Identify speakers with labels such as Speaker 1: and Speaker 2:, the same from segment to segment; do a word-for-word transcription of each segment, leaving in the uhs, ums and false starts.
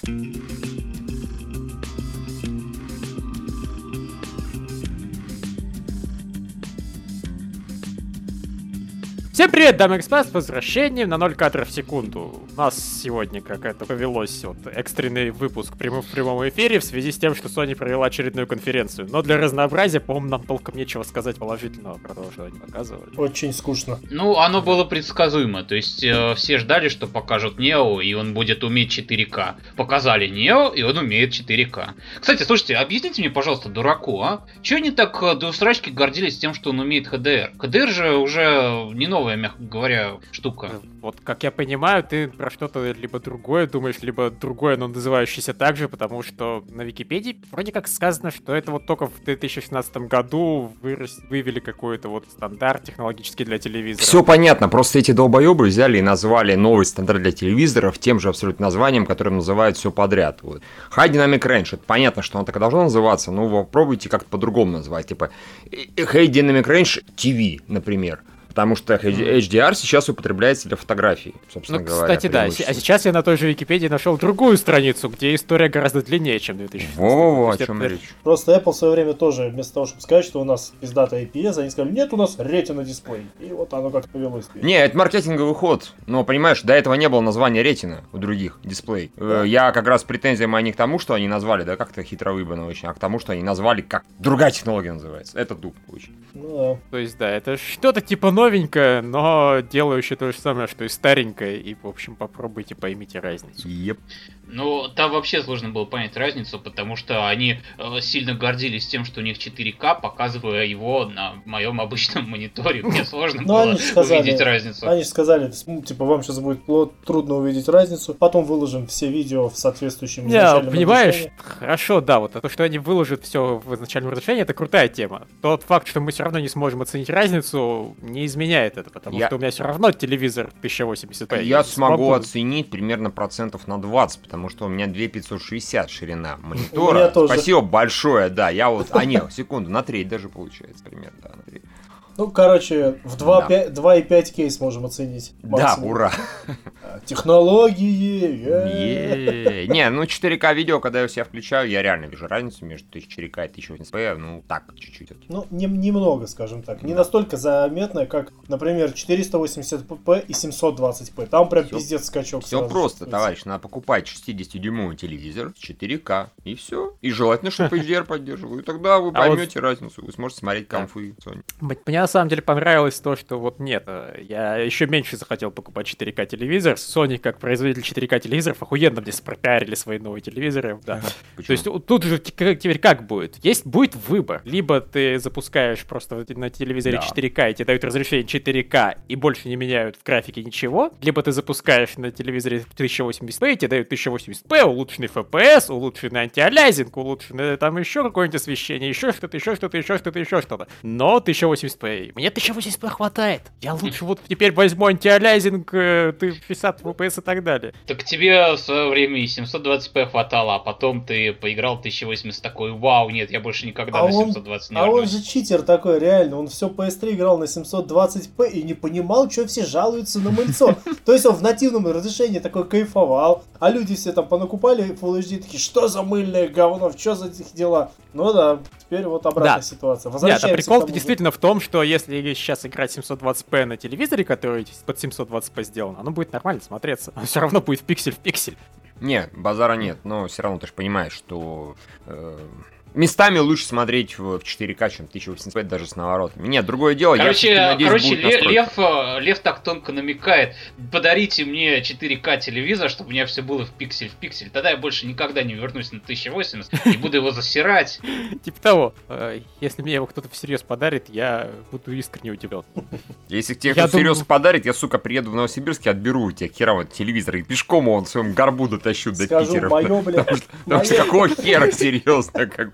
Speaker 1: Всем привет, дамы и господа, с возвращением на ноль кадров в секунду. У нас сегодня как-то повелось вот, экстренный выпуск прямо в прямом эфире в связи с тем, что Sony провела очередную конференцию. Но для разнообразия, по-моему, нам толком нечего сказать положительного про то, что они показывали.
Speaker 2: Очень скучно.
Speaker 3: Ну, оно было предсказуемо. То есть э, все ждали, что покажут Нео, и он будет уметь четыре ка. Показали Нео, и он умеет четыре ка. Кстати, слушайте, объясните мне, пожалуйста, дураку, а? Чего они так э, до усрачки гордились тем, что он умеет эйч ди ар? эйч ди ар же уже не новый, мягко говоря, штука.
Speaker 1: Вот, как я понимаю, ты про что-то либо другое думаешь, либо другое, но называющееся так же, потому что на Википедии вроде как сказано, что это вот только в две тысячи шестнадцатом году вырос, вывели какой-то вот стандарт технологический для телевизора.
Speaker 4: Все понятно, просто эти долбоебы взяли и назвали новый стандарт для телевизоров тем же абсолютно названием, которым называют все подряд. Вот. High Dynamic Range, это понятно, что оно так и должно называться, но вы попробуйте как-то по-другому назвать, типа High Dynamic Range ти ви, например. Потому что эйч ди ар сейчас употребляется для фотографий, собственно
Speaker 1: ну,
Speaker 4: говоря.
Speaker 1: Кстати, да. А сейчас я на той же Википедии нашел другую страницу, где история гораздо длиннее, чем две тысячи шестнадцатый.
Speaker 4: Во-во-во, о чем речь.
Speaker 2: Просто Apple в свое время тоже, вместо того, чтобы сказать, что у нас пиздатый ай пи эс, они сказали, нет, у нас Retina дисплей. И вот оно как-то повелось.
Speaker 4: Не, это маркетинговый ход. Но, понимаешь, до этого не было названия Retina у других дисплей. Да. Я как раз претензия моя не к тому, что они назвали, да, как-то хитро выбрано очень, а к тому, что они назвали, как другая технология называется. Это тупо очень.
Speaker 2: Ну да.
Speaker 1: То есть, да, это что-то типа новенькое, но делающее то же самое, что и старенькое, и, в общем, попробуйте, поймите разницу.
Speaker 4: Yep.
Speaker 3: Ну, там вообще сложно было понять разницу, потому что они э, сильно гордились тем, что у них четыре ка, показывая его на моем обычном мониторе. Мне сложно было увидеть разницу.
Speaker 2: Они же сказали, типа, вам сейчас будет трудно увидеть разницу, потом выложим все видео в соответствующем изначальном
Speaker 1: разрешении. Понимаешь,
Speaker 2: разрешении.
Speaker 1: Хорошо, да, вот то, что они выложат все в изначальном разрешении, это крутая тема. Тот факт, что мы все равно не сможем оценить разницу, не изменяет это, потому
Speaker 4: я...
Speaker 1: что у меня все равно телевизор тысяча восемьдесят пэ.
Speaker 4: Я, я смогу смогу оценить примерно процентов на двадцать, потому что у меня две тысячи пятьсот шестьдесят ширина монитора. Спасибо большое, да, я вот... А нет, секунду, на треть даже получается примерно, да, на треть.
Speaker 2: Ну, короче, в два и пять кей сможем оценить.
Speaker 4: Да, ура.
Speaker 2: Технологии.
Speaker 4: Не, ну четыре ка видео, когда я себя включаю, я реально вижу разницу между четыре ка и тысяча восемьдесят пэ, ну так, чуть-чуть.
Speaker 2: Ну, немного, скажем так. Не настолько заметно, как, например, четыреста восемьдесят пэ и семьсот двадцать пэ. Там прям пиздец скачок.
Speaker 4: Все просто, товарищ, надо покупать шестидесятидюймовый телевизор с четыре ка, и все. И желательно, чтобы эйч ди ар поддерживал. И тогда вы поймете разницу, вы сможете смотреть конфы Sony.
Speaker 1: Мне на самом деле понравилось то, что вот нет, я еще меньше захотел покупать четыре ка телевизор. Sony, как производитель четыре ка телевизоров, охуенно мне пропиарили свои новые телевизоры. Да. То есть тут же теперь как будет? Есть будет выбор. Либо ты запускаешь просто на телевизоре да. четыре ка, и тебе дают разрешение четыре ка, и больше не меняют в графике ничего. Либо ты запускаешь на телевизоре тысяча восемьдесят пэ, и тебе дают тысяча восемьдесят пэ, улучшенный эф пи эс, улучшенный антиалязинг, улучшенный там еще какое-нибудь освещение, еще что-то, еще что-то, еще что-то, еще что-то. Но тысяча восемьдесят пэ. Мне тысяча восемьдесят пэ хватает. Я лучше вот теперь возьму антиалязинг, шестьдесят эф пи эс и так далее.
Speaker 3: Так тебе в свое время и семьсот двадцать пэ хватало, а потом ты поиграл в тысяча восемьдесят такой, вау, нет, я больше никогда
Speaker 2: а
Speaker 3: на
Speaker 2: он,
Speaker 3: семьсот двадцать не
Speaker 2: А
Speaker 3: вернусь.
Speaker 2: он же читер такой, реально. Он все пэ эс три играл на семьсот двадцать пэ и не понимал, что все жалуются на мыльцо. То есть он в нативном разрешении такой кайфовал, а люди все там понакупали Full эйч ди такие, что за мыльное говно, что за этих дела? Ну да, теперь вот обратная
Speaker 1: да.
Speaker 2: ситуация.
Speaker 1: Нет, а прикол действительно в том, что если сейчас играть семьсот двадцать пэ на телевизоре, который под семьсот двадцать пэ сделан, оно будет нормально смотреться. Оно все равно будет пиксель в пиксель.
Speaker 4: Нет, базара нет, но все равно ты же понимаешь, что... Э... Местами лучше смотреть в четыре ка, чем тысяча восемьдесят пэ даже с наворотами. Нет, другое дело.
Speaker 3: Короче,
Speaker 4: я надеюсь,
Speaker 3: короче
Speaker 4: Лев,
Speaker 3: Лев, Лев так тонко намекает. Подарите мне четыре ка телевизор, чтобы у меня все было в пиксель в пиксель. Тогда я больше никогда не вернусь на тысяча восемьдесят и буду его засирать.
Speaker 1: Типа того. Если мне его кто-то всерьез подарит, я буду искренне удивлен.
Speaker 4: Если тебе кто-то всерьез подарит, я, сука, приеду в Новосибирск и отберу у тебя херовый телевизор. И пешком он в своем горбу дотащу до Питера.
Speaker 2: Скажу, мое, блядь.
Speaker 4: Потому что какого хера, серьезно, как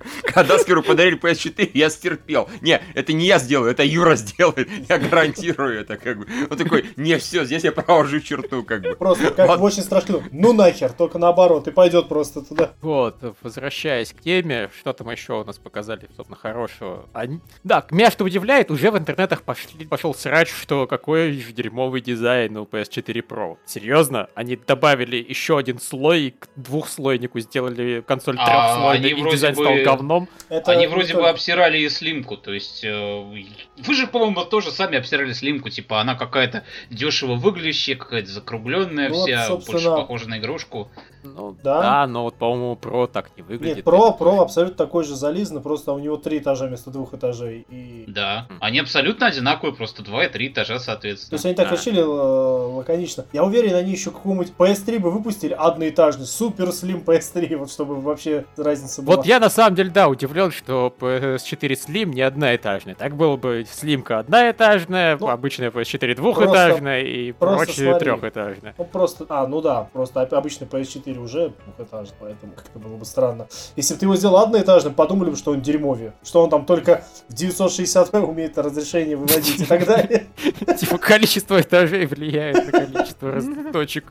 Speaker 4: Когда Скиру подарили пи эс четыре, я стерпел. Не, это не я сделаю, это Юра сделает. Я гарантирую это, как бы. Он такой, не, все, здесь я провожу черту, как бы.
Speaker 2: Просто как в очень страшно. Ну нахер, только наоборот, и пойдет просто туда.
Speaker 1: Вот, возвращаясь к теме, что там еще у нас показали, собственно, хорошего. Они... Да, меня что удивляет, уже в интернетах пошли, пошел срач, что какой же дерьмовый дизайн у пи эс четыре Pro. Серьезно? Они добавили еще один слой, к двухслойнику сделали консоль трехслойной, и дизайн бы... стал говном.
Speaker 3: Это они вроде бы обсирали и слимку, то есть э, вы же, по-моему, тоже сами обсирали слимку, типа она какая-то дешево выглядящая, какая-то закругленная, ну, вся, вот, больше похожа на игрушку.
Speaker 1: Ну да? да, но вот, по-моему, Pro так не выглядит.
Speaker 2: Нет, Pro, Pro абсолютно такой же зализанный, просто у него три этажа вместо двух этажей. И...
Speaker 3: Да, mm. они абсолютно одинаковые, просто два и три этажа, соответственно.
Speaker 2: То есть они так
Speaker 3: да.
Speaker 2: решили лаконично. Я уверен, они еще какую-нибудь пи эс три бы выпустили одноэтажный, супер слим пи эс три, вот чтобы вообще разница была.
Speaker 1: Вот я на самом деле, да, удивлен, что пи эс четыре Slim не одноэтажный. Так было бы слимка одноэтажная, ну, обычная пи эс четыре двухэтажная и прочее трехэтажная.
Speaker 2: Ну просто, а, ну да, просто обычный пи эс четыре уже двухэтажный, поэтому как-то было бы странно. Если бы ты его сделал одноэтажным, подумали бы, что он дерьмовее, что он там только в девятьсот шестьдесят пэ умеет разрешение выводить и так далее.
Speaker 1: Типа количество этажей влияет на количество точек.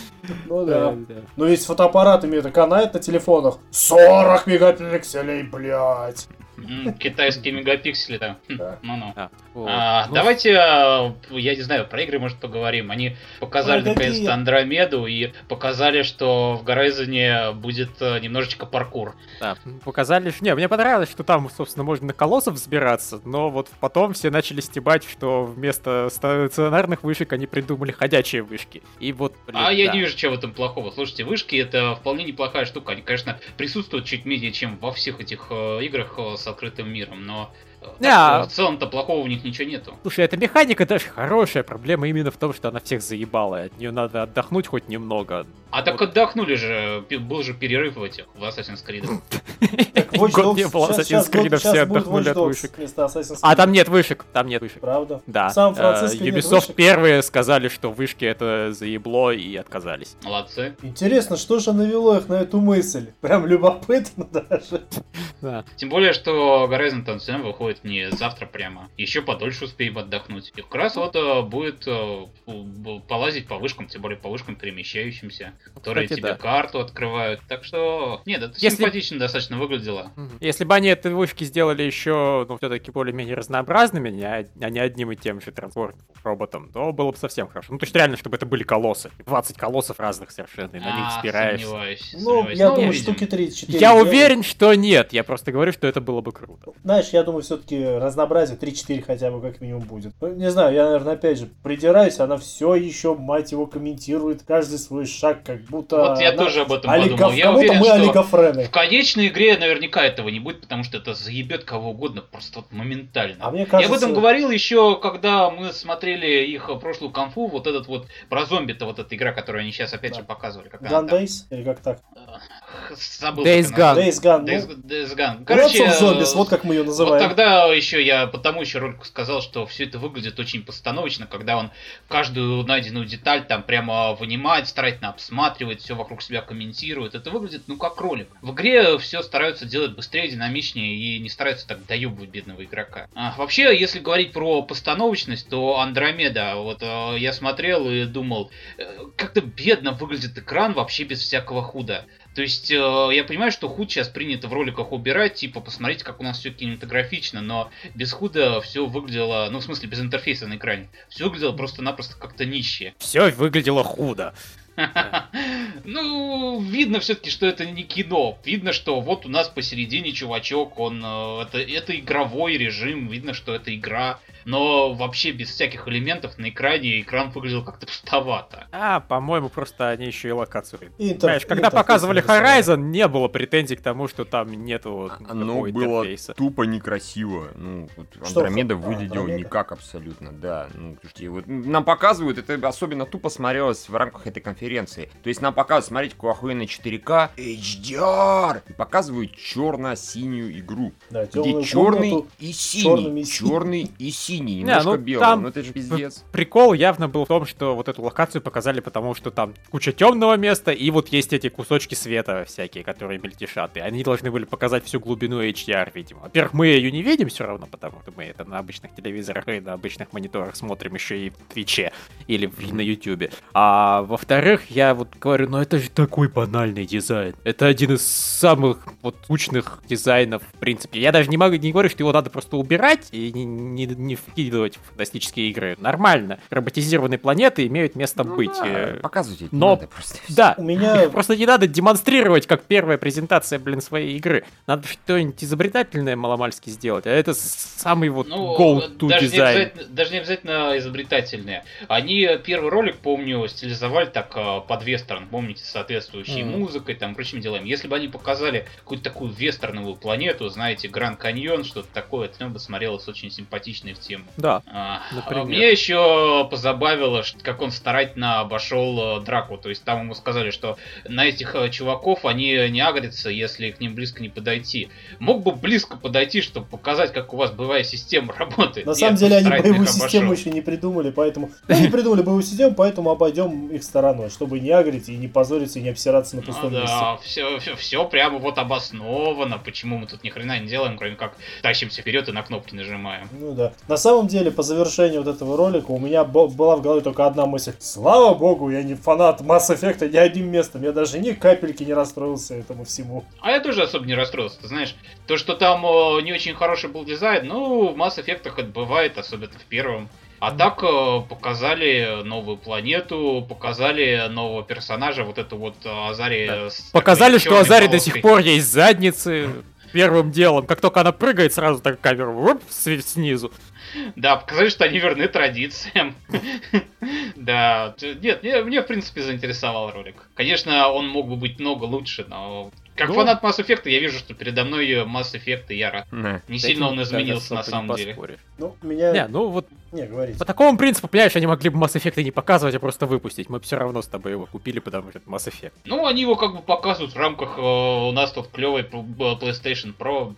Speaker 2: Ну да. Но ведь с фотоаппаратами это канает на телефонах. сорок мегапикселей, блядь.
Speaker 3: Китайские мегапиксели там.
Speaker 2: Да.
Speaker 3: Ну-ну.
Speaker 1: А, вот.
Speaker 3: а, ну, давайте, я не знаю, про игры, может, поговорим. Они показали наконец-то Андромеду и показали, что в Горайзоне будет немножечко паркур.
Speaker 1: Да, показали, что... Не, мне понравилось, что там, собственно, можно на колоссов взбираться, но вот потом все начали стебать, что вместо стационарных вышек они придумали ходячие вышки. И вот,
Speaker 3: блин, А да. я не вижу, чего в этом плохого. Слушайте, вышки — это вполне неплохая штука. Они, конечно, присутствуют чуть менее, чем во всех этих э, играх с открытым миром, но
Speaker 1: yeah.
Speaker 3: в целом-то плохого в них ничего нету.
Speaker 1: Слушай, эта механика даже хорошая, проблема именно в том, что она всех заебала, от нее надо отдохнуть хоть немного.
Speaker 3: А вот. Так отдохнули же, был же перерыв в этих, в Assassin's Creed.
Speaker 1: Год не было Assassin's Creed, все отдохнули от вышек. А там нет вышек, там нет вышек.
Speaker 2: Правда?
Speaker 1: Да. Ubisoft первые сказали, что вышки это заебло и отказались.
Speaker 3: Молодцы.
Speaker 2: Интересно, что же навело их на эту мысль? Прям любопытно даже.
Speaker 1: Да.
Speaker 3: Тем более, что Horizon Tanzania выходит не завтра прямо. Еще подольше успеем отдохнуть. И как раз вот будет полазить по вышкам, тем более по вышкам перемещающимся, которые Кстати, тебе да. карту открывают. Так что, нет, это Если... симпатично достаточно выглядело.
Speaker 1: Если бы они эти вышки сделали еще, ну, все-таки более-менее разнообразными, а не одним и тем же транспорт-роботом, то было бы совсем хорошо. Ну, то есть реально, чтобы это были колоссы. двадцать колоссов разных совершенно, и на них спираешься.
Speaker 3: Сомневаюсь,
Speaker 2: ну,
Speaker 3: сомневаюсь.
Speaker 2: я ну, думаю, штуки три-четыре.
Speaker 1: Я уверен, что нет. Я просто говорю, что это было бы круто.
Speaker 2: Знаешь, я думаю, все-таки разнообразие три-четыре хотя бы как минимум будет. Ну, не знаю, я, наверное, опять же придираюсь, она все еще, мать его, комментирует каждый свой шаг, как будто...
Speaker 3: Вот я
Speaker 2: она...
Speaker 3: тоже об этом
Speaker 2: олигоф...
Speaker 3: подумал. Я уверен,
Speaker 2: мы
Speaker 3: что
Speaker 2: олигофрены.
Speaker 3: в конечной игре наверняка этого не будет, потому что это заебет кого угодно просто вот моментально.
Speaker 2: А мне кажется...
Speaker 3: Я об этом говорил еще, когда мы смотрели их прошлую конфу, вот этот вот про зомби-то, вот эта игра, которую они сейчас опять да. же показывали.
Speaker 2: Gun Days? Или как так?
Speaker 3: Забыл,
Speaker 1: Days Gone.
Speaker 2: Days Gone.
Speaker 3: Days, Days Gone.
Speaker 2: Короче, Zombies, вот как мы ее называем.
Speaker 3: Вот тогда еще я потому еще ролику сказал, что все это выглядит очень постановочно, когда он каждую найденную деталь там прямо вынимает, старательно обсматривает, все вокруг себя комментирует. Это выглядит, ну, как ролик. В игре все стараются делать быстрее, динамичнее и не стараются так доебывать бедного игрока. А, вообще, если говорить про постановочность, то Андромеда, вот э, я смотрел и думал, э, как-то бедно выглядит экран вообще без всякого худа. То есть, э, я понимаю, что худ сейчас принято в роликах убирать, типа, посмотрите, как у нас все кинематографично, но без худа все выглядело, ну, в смысле, без интерфейса на экране, все выглядело просто-напросто как-то нищее.
Speaker 1: Все выглядело худо.
Speaker 3: Ну, видно все-таки, что это не кино. Видно, что вот у нас посередине чувачок, он это, это игровой режим, видно, что это игра. Но вообще без всяких элементов на экране экран выглядел как-то пустовато.
Speaker 1: А, по-моему, просто они еще и локацию.
Speaker 2: Интер...
Speaker 1: Знаешь, когда показывали Horizon, не было претензий к тому, что там нету
Speaker 4: Оно было тупо некрасиво. Ну, вот Андромеда выглядела никак абсолютно, да. Ну, слушайте, вот нам показывают, это особенно тупо смотрелось в рамках этой конференции. То есть нам показывают, смотрите, какой охуенный четыре ка эйч ди ар, и показывают черно-синюю игру.
Speaker 2: Да,
Speaker 4: где черный и синий, черный и синий, немножко
Speaker 1: не, ну,
Speaker 4: белый,
Speaker 1: там
Speaker 4: ну это же пиздец.
Speaker 1: Прикол явно был в том, что вот эту локацию показали, потому что там куча темного места, и вот есть эти кусочки света всякие, которые мельтешат, и они должны были показать всю глубину эйч ди ар, видимо. Во-первых, мы ее не видим все равно, потому что мы это на обычных телевизорах и на обычных мониторах смотрим еще и в Твиче или на Ютубе. А во-вторых, я вот говорю, ну это же такой банальный дизайн. Это один из самых вот скучных дизайнов, в принципе. Я даже не могу, не говорю, что его надо просто убирать и не, не, не вкидывать в фантастические игры. Нормально. Роботизированные планеты имеют место ну, быть.
Speaker 4: Да, показывайте,
Speaker 1: но
Speaker 4: надо просто.
Speaker 1: Да,
Speaker 2: у меня
Speaker 1: просто не надо демонстрировать, как первая презентация, блин, своей игры. Надо что-нибудь изобретательное маломальски сделать. А это самый вот
Speaker 3: ну,
Speaker 1: go-to
Speaker 3: даже
Speaker 1: дизайн.
Speaker 3: Не обязательно, даже не обязательно изобретательное. Они первый ролик, помню, стилизовали так под вестерн, помните, соответствующей mm. музыкой, там, прочими делами. Если бы они показали какую-то такую вестерновую планету, знаете, Гранд Каньон, что-то такое, это бы смотрелось очень симпатично и в тему.
Speaker 1: Да,
Speaker 3: а,
Speaker 1: например.
Speaker 3: Меня еще позабавило, как он старательно обошел Драку. То есть там ему сказали, что на этих чуваков они не агрятся, если к ним близко не подойти. Мог бы близко подойти, чтобы показать, как у вас боевая система работает.
Speaker 2: На
Speaker 3: Нет,
Speaker 2: самом деле они боевую
Speaker 3: обошел.
Speaker 2: систему еще не придумали, поэтому... Ну, не придумали боевую систему, поэтому обойдем их стороной, чтобы не агрить и не позориться, и не обсираться на пустом
Speaker 3: ну,
Speaker 2: месте.
Speaker 3: Да, все, все, все прямо вот обосновано, почему мы тут ни хрена не делаем, кроме как тащимся вперед и на кнопки нажимаем.
Speaker 2: Ну да. На самом деле, по завершению вот этого ролика у меня была в голове только одна мысль. Слава богу, я не фанат Mass Effect ни одним местом. Я даже ни капельки не расстроился этому всему.
Speaker 3: А я тоже особо не расстроился, ты знаешь. То, что там э, не очень хороший был дизайн, ну, в Mass Effect это бывает, особенно в первом. А так э, показали новую планету, показали нового персонажа, вот эту вот Азари.
Speaker 1: Да. Показали, что Азари до сих пор есть задницы. Первым делом, как только она прыгает, сразу так камеру воп, снизу.
Speaker 3: Да, показали, что они верны традициям. Да, нет, мне в принципе заинтересовал ролик. Конечно, он мог бы быть много лучше, но... Как ну, фанат Mass Effect, я вижу, что передо мной Mass Effect, и я рад. Не, не сильно он изменился на самом деле.
Speaker 2: Ну, меня...
Speaker 1: Не, ну вот...
Speaker 2: Не, говорите.
Speaker 1: По такому принципу, понимаешь, они могли бы Mass Effect и не показывать, а просто выпустить. Мы все равно с тобой его купили, потому что это Mass Effect.
Speaker 3: Ну, они его как бы показывают в рамках... Э, у нас тут клевый PlayStation Pro.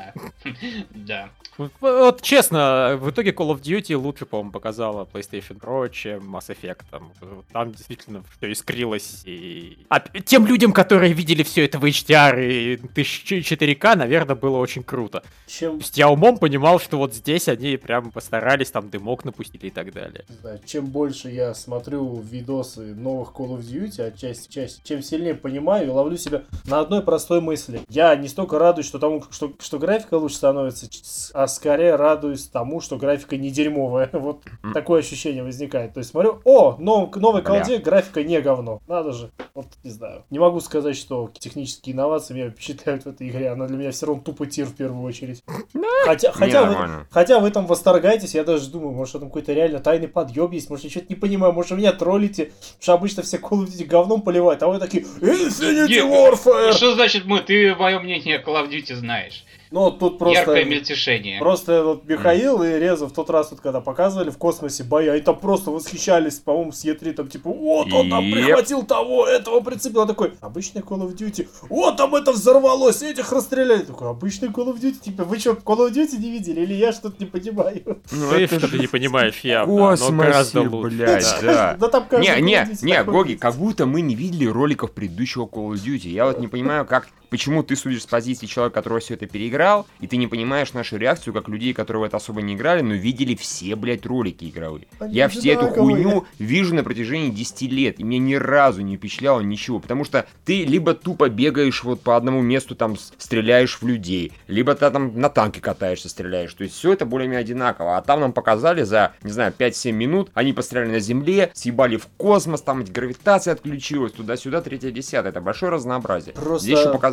Speaker 3: Да.
Speaker 1: Вот честно, в итоге Call of Duty лучше, по-моему, показала PlayStation Pro, чем Mass Effect. Там, там действительно все искрилось. И... А тем людям, которые видели все это в эйч ди ар и четыре ка, наверное, было очень круто.
Speaker 2: Чем...
Speaker 1: То есть я умом понимал, что вот здесь они прям постарались, там дымок напустили и так далее.
Speaker 2: Не знаю, чем больше я смотрю видосы новых Call of Duty, отчасти, часть, чем сильнее понимаю и ловлю себя на одной простой мысли. Я не столько радуюсь, что тому, что, что графика лучше становится, а скорее радуюсь тому, что графика не дерьмовая. Вот mm. такое ощущение возникает. То есть смотрю, о, нов, новой колде графика не говно. Надо же. Вот, не знаю. Не могу сказать, что технические инновации меня впечатляют в этой игре. Она для меня все равно тупо тир в первую очередь. Хотя, хотя, вы, хотя вы там восторгаетесь, я даже думаю, может, там какой-то реально тайный подъем есть, может, я что-то не понимаю, может, вы меня троллите, потому что обычно все Call of Duty говном поливают, а вы такие Infinity Warfare!
Speaker 3: Что значит мы? Ты мое мнение о Call of Duty знаешь.
Speaker 2: Ну, тут просто...
Speaker 3: Яркое мельтешение.
Speaker 2: Просто вот Михаил и Реза в тот раз, вот, когда показывали в космосе бои, они там просто восхищались, по-моему, с и три, там, типа, вот, он там прихватил того, этого прицепил. Он такой, обычный Call of Duty, вот, там это взорвалось, этих расстреляли. Такой, обычный Call of Duty, типа, вы что, Call of Duty не видели? Или я что-то не понимаю?
Speaker 1: Ну, это что ты не понимаешь явно, но гораздо лучше.
Speaker 4: Блядь, да.
Speaker 2: Да там
Speaker 4: Не, не, не, Гоги, как будто мы не видели роликов предыдущего Call of Duty. Я вот не понимаю, как... Почему ты судишь с позиции человека, который все это переиграл, и ты не понимаешь нашу реакцию, как людей, которые в это особо не играли, но видели все, блядь, ролики игровые. Они я все эту хуйню вижу на протяжении десяти лет, и меня ни разу не впечатляло ничего, потому что ты либо тупо бегаешь вот по одному месту, там, стреляешь в людей, либо ты там на танке катаешься, стреляешь, то есть все это более-менее одинаково, а там нам показали за, не знаю, пять-семь минут, они постреляли на земле, съебали в космос, там гравитация отключилась, туда-сюда, третье-десятое, это большое разнообразие.
Speaker 2: Просто...
Speaker 4: Здесь еще показали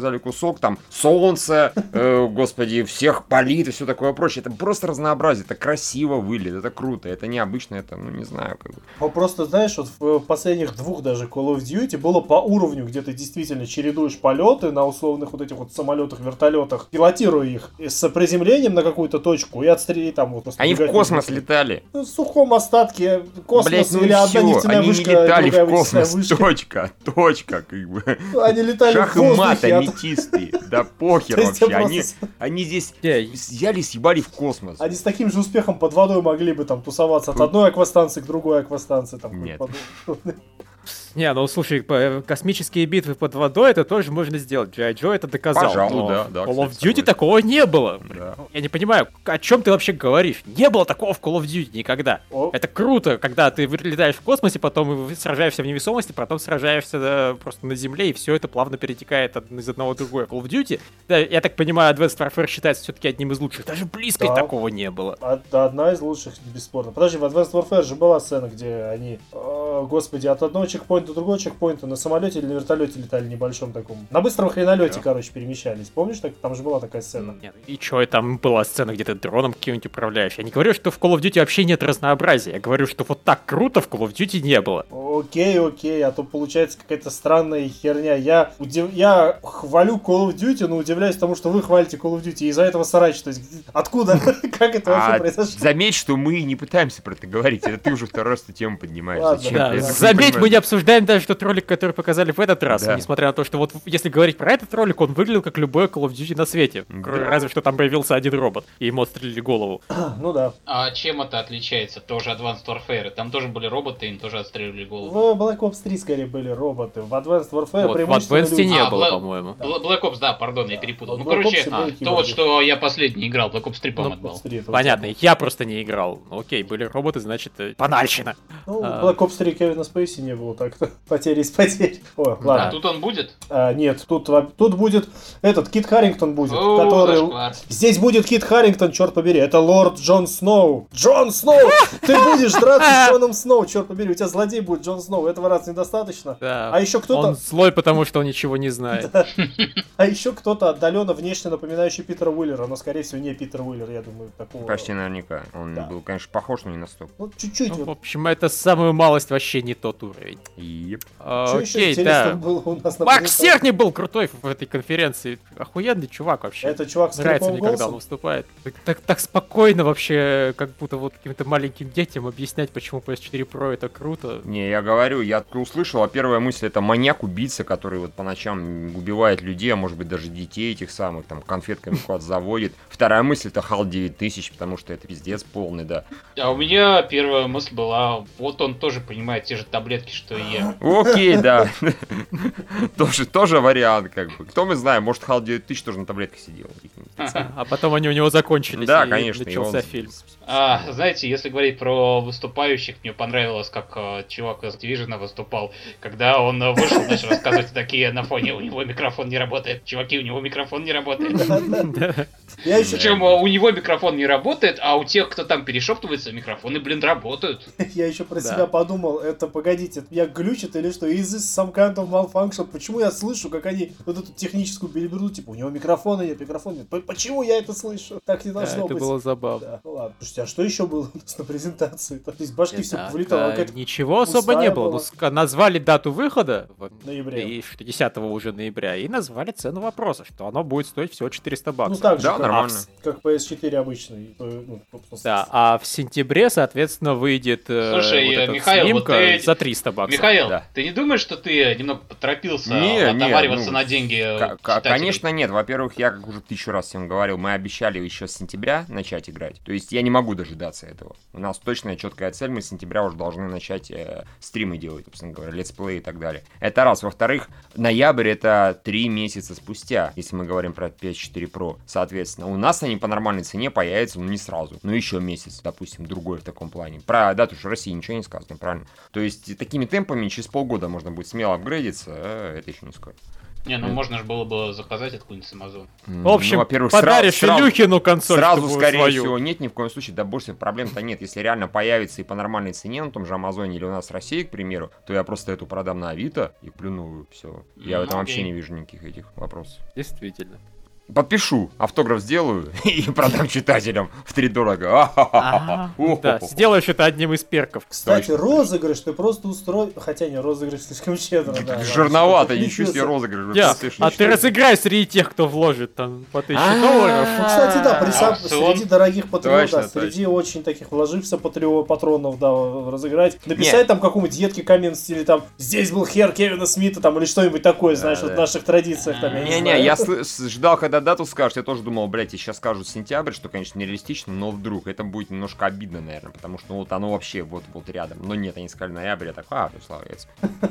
Speaker 4: показали кусок, там солнце, э, господи, всех палит и все такое прочее. Это просто разнообразие, это красиво выглядит, это круто, это необычно, это, ну не знаю, как бы.
Speaker 2: Ну, просто, знаешь, вот в последних двух даже Call of Duty было по уровню, где ты действительно чередуешь полеты на условных вот этих вот самолетах, вертолетах, пилотируя их с приземлением на какую-то точку и отстрели там вот.
Speaker 4: Они в космос летали.
Speaker 2: Ну, в сухом остатке космос.
Speaker 4: Блять, ну
Speaker 2: или одна
Speaker 4: все,
Speaker 2: нефтяная
Speaker 4: они
Speaker 2: вышка,
Speaker 4: не летали в
Speaker 2: космос,
Speaker 4: вышка. точка, точка, как бы.
Speaker 2: Они летали
Speaker 4: Шах
Speaker 2: в
Speaker 4: и
Speaker 2: воздухе.
Speaker 4: мат, аметисты, да похер вообще, они, они здесь взяли, съебали в космос.
Speaker 2: Они с таким же успехом под водой могли бы там тусоваться от одной аквастанции к другой аквастанции. Там,
Speaker 4: Нет.
Speaker 1: Не, ну слушай, космические битвы под водой, это тоже можно сделать. джей ай Joe это доказал.
Speaker 4: Пожалуй, да, да.
Speaker 1: Call of Duty такого не было.
Speaker 4: Да.
Speaker 1: Я не понимаю, о чем ты вообще говоришь? Не было такого в Call of Duty никогда.
Speaker 2: О.
Speaker 1: Это круто, когда ты летаешь в космосе, потом сражаешься в невесомости, потом сражаешься да, просто на земле, и все это плавно перетекает из одного в другое. Call of Duty, да, я так понимаю, Advanced Warfare считается все-таки одним из лучших. Даже близко
Speaker 2: Да.
Speaker 1: такого не было.
Speaker 2: Одна из лучших, бесспорно. Подожди, в Advanced Warfare же была сцена, где они, э, господи, от одного чекпоинта до другого чекпоинта на самолете или на вертолете летали небольшом таком. На быстром хренолете,
Speaker 4: Да.
Speaker 2: короче, перемещались. Помнишь, так, там же была такая сцена?
Speaker 1: Нет, и чё, там была сцена, где ты дроном каким-нибудь управляешь. Я не говорю, что в Call of Duty вообще нет разнообразия. Я говорю, что вот так круто в Call of Duty не было.
Speaker 2: Окей, окей, а то получается какая-то странная херня. Я, удив... я хвалю Call of Duty, но удивляюсь тому, что вы хвалите Call of Duty, и из-за этого срач. То есть, откуда? Как это вообще
Speaker 4: А
Speaker 2: произошло?
Speaker 4: заметь, что мы не пытаемся про это говорить, это ты уже второй раз эту тему поднимаешь.
Speaker 2: Ладно,
Speaker 4: Зачем?
Speaker 1: Да,
Speaker 4: ты это
Speaker 1: заметь,
Speaker 4: понимаешь?
Speaker 1: мы не обсуждаем даже тот ролик, который показали в этот раз.
Speaker 4: Да.
Speaker 1: Несмотря на то, что вот если говорить про этот ролик, он выглядел как любой Call of Duty на свете.
Speaker 4: Да.
Speaker 1: Разве что там появился один робот, и ему отстрелили голову.
Speaker 2: Ну да.
Speaker 3: А чем это отличается? Тоже Advanced Warfare. Там тоже были роботы, им тоже отстреливали голову.
Speaker 2: В Black Ops три скорее были роботы. В Advanced Warfare
Speaker 1: Вот, в
Speaker 2: преимущественно
Speaker 1: Advanced
Speaker 2: люди.
Speaker 1: не
Speaker 3: А,
Speaker 1: было,
Speaker 3: Black-
Speaker 1: по-моему.
Speaker 3: Бл- Black Ops, да, пардон, я перепутал.
Speaker 2: В
Speaker 3: Ну,
Speaker 2: Black
Speaker 3: короче,
Speaker 2: Ops
Speaker 3: а,
Speaker 2: были
Speaker 3: то
Speaker 2: киборги.
Speaker 3: вот, что я последний играл, Black Ops три,
Speaker 2: Ну,
Speaker 3: по-моему, отдал.
Speaker 2: Ops три, это
Speaker 1: Понятно,
Speaker 2: вот.
Speaker 1: я просто не играл. Ну, окей, были роботы, значит, э, банальщина.
Speaker 2: Ну,
Speaker 1: А.
Speaker 2: Black Ops три Кевина Спейси не было так-то. Потери из потерь. О,
Speaker 3: А
Speaker 2: ладно.
Speaker 3: тут он будет?
Speaker 2: А, нет, тут, во- тут будет этот Кит Харрингтон будет,
Speaker 3: О,
Speaker 2: который...
Speaker 3: зашквар.
Speaker 2: Здесь будет Кит Харрингтон, черт побери, это лорд Джон Сноу. Джон Сноу! Ты будешь драться с Джоном Сноу, черт побери, у тебя злодей будет Джон Сноу, этого раз недостаточно.
Speaker 1: Да.
Speaker 2: А еще кто-то,
Speaker 1: Он злой, потому что он ничего не знает.
Speaker 2: а еще кто-то отдаленно внешне напоминающий Питера Уиллера, но скорее всего не Питер Уиллер, я думаю, такого.
Speaker 4: Почти наверняка. Он
Speaker 2: Да.
Speaker 4: был, конечно, похож, но не настолько.
Speaker 2: Ну, чуть-чуть.
Speaker 1: Ну, в
Speaker 2: Вот.
Speaker 1: общем, это самую малость вообще не тот уровень.
Speaker 4: Еп.
Speaker 1: А,
Speaker 2: Что еще
Speaker 1: окей,
Speaker 2: интересного
Speaker 1: да.
Speaker 2: было у нас на
Speaker 1: Макс
Speaker 2: презентации?
Speaker 1: Серни был крутой в этой конференции. Охуенный чувак вообще.
Speaker 2: Это чувак с
Speaker 1: Нравится
Speaker 2: криповым
Speaker 1: мне, когда он
Speaker 2: голосом?
Speaker 1: выступает. Так, так, так спокойно вообще, как будто вот каким-то маленьким детям объяснять, почему пи эс четыре Pro это круто.
Speaker 4: Не, я говорю, я только услышал, а первая мысль это маньяк-убийца, который вот по ночам убивает людей, а может быть даже детей этих самых, там, конфетками куда-то заводит. Вторая мысль это Хал девять тысяч, потому что это пиздец полный, да.
Speaker 3: А у меня первая мысль была, вот он тоже понимает те же таблетки, что и я.
Speaker 4: Окей, да. Тоже, тоже вариант, как бы. Кто мы знаем, может Хал девять тысяч тоже на таблетках сидел.
Speaker 1: А потом они у него закончились,
Speaker 4: Да,
Speaker 1: и
Speaker 4: конечно. и
Speaker 1: начался
Speaker 4: он-
Speaker 1: фильм.
Speaker 3: А, знаете, если говорить про выступающих, мне понравилось, как э, чувак из Division выступал, когда он э, вышел, начал рассказывать такие на фоне, у него микрофон не работает, чуваки, у него микрофон не работает.
Speaker 2: Я еще,
Speaker 3: Причем э, у него микрофон не работает, а у тех, кто там перешептывается, микрофоны, блин, работают.
Speaker 2: я еще про
Speaker 1: Да.
Speaker 2: себя подумал, это, погодите, это меня глючит или что? Is this some kind of malfunction? Почему я слышу, как они вот эту техническую белиберду, типа, у него микрофона нет, микрофона нет. П- Почему я это слышу? Так не
Speaker 1: Да,
Speaker 2: должно
Speaker 1: это
Speaker 2: быть.
Speaker 1: было забавно.
Speaker 2: Да, ну ладно. Слушайте, а что еще было у нас на презентации? То есть башки все
Speaker 1: Да,
Speaker 2: повылетало,
Speaker 1: да,
Speaker 2: какая-то
Speaker 1: ничего особо
Speaker 2: пустая
Speaker 1: не было.
Speaker 2: была.
Speaker 1: Ну, ска- назвали дату выхода в
Speaker 2: ноябре.
Speaker 1: и что десятого уже ноября, и назвали цену вопроса, что оно будет стоить всего четыреста
Speaker 2: Ну
Speaker 1: баксов.
Speaker 2: так же,
Speaker 4: Да,
Speaker 2: как,
Speaker 4: нормально.
Speaker 2: как пи эс четыре обычный. то, ну, собственно,
Speaker 1: Да, а в сентябре, соответственно, выйдет э,
Speaker 3: Слушай,
Speaker 1: вот
Speaker 3: э,
Speaker 1: эта
Speaker 3: Михаил, вот
Speaker 1: снимка
Speaker 3: ты-
Speaker 1: за триста баксов.
Speaker 3: Михаил,
Speaker 4: Да.
Speaker 3: ты не думаешь, что ты немного поторопился
Speaker 4: Не, не,
Speaker 3: отовариваться
Speaker 4: ну,
Speaker 3: на деньги э,
Speaker 4: К- к-
Speaker 3: читателей?
Speaker 4: Конечно, нет. Во-первых, я, как уже тысячу раз всем говорил, мы обещали еще с сентября начать играть. То есть я не могу дожидаться этого. У нас точная четкая цель, мы с сентября уже должны начать э, стримы делать, собственно говоря, летсплей и так далее. Это раз. Во-вторых, ноябрь это три месяца спустя, если мы говорим про пи эс четыре Pro. Соответственно, у нас они по нормальной цене появятся, ну не сразу, но еще месяц, допустим, другой в таком плане. Про дату же России ничего не сказано, правильно? То есть такими темпами через полгода можно будет смело апгрейдиться, а это еще не скоро.
Speaker 3: Не, ну можно же было бы заказать откуда-нибудь с Amazon.
Speaker 1: В общем,
Speaker 4: ну, во-первых,
Speaker 1: подаришь
Speaker 4: сразу,
Speaker 1: Илюхину консоль,
Speaker 4: сразу, скорее
Speaker 1: свою.
Speaker 4: всего, нет, ни в коем случае, да больше проблем-то нет. Если реально появится и по нормальной цене на том же Амазоне или у нас в России, к примеру, то я просто эту продам на Авито и куплю новую, все. Я
Speaker 3: Ну,
Speaker 4: в этом вообще
Speaker 3: окей.
Speaker 4: не вижу никаких этих вопросов.
Speaker 1: Действительно.
Speaker 4: Подпишу, автограф сделаю и продам читателям втридорого.
Speaker 1: Ага, да, сделаешь это одним из перков.
Speaker 2: Кстати,
Speaker 4: Точно.
Speaker 2: розыгрыш ты просто устроил... Хотя не, розыгрыш слишком щедро, да.
Speaker 4: Жирновато,
Speaker 2: ладно,
Speaker 4: ничего себе
Speaker 2: что-то
Speaker 4: розыгрыш.
Speaker 1: Я,
Speaker 4: Ты
Speaker 1: а
Speaker 4: что?
Speaker 1: ты разыграй среди тех, кто вложит там по тысяче
Speaker 4: А-а-а.
Speaker 1: долларов.
Speaker 2: Ну, кстати, да, при сам-
Speaker 3: Аукцион.
Speaker 2: среди дорогих патронов,
Speaker 4: Точно,
Speaker 2: да, среди очень таких вложившихся патрио- патронов, да, разыграть. Написать
Speaker 4: Нет.
Speaker 2: там какому-нибудь едкий коммент в стиле там «Здесь был хер Кевина Смита», там, или что-нибудь такое, знаешь,
Speaker 4: Да,
Speaker 2: вот в
Speaker 4: да.
Speaker 2: наших традициях, там, я не
Speaker 4: Не-не,
Speaker 2: знаю.
Speaker 4: я сл- с- ждал, когда дату скажут, я тоже думал, блядь, и сейчас скажут сентябрь, что, конечно, нереалистично, но вдруг это будет немножко обидно, наверное, потому что ну, вот оно вообще вот-вот рядом. Но нет, они сказали ноябрь, я так, а, ну, слава яйцам.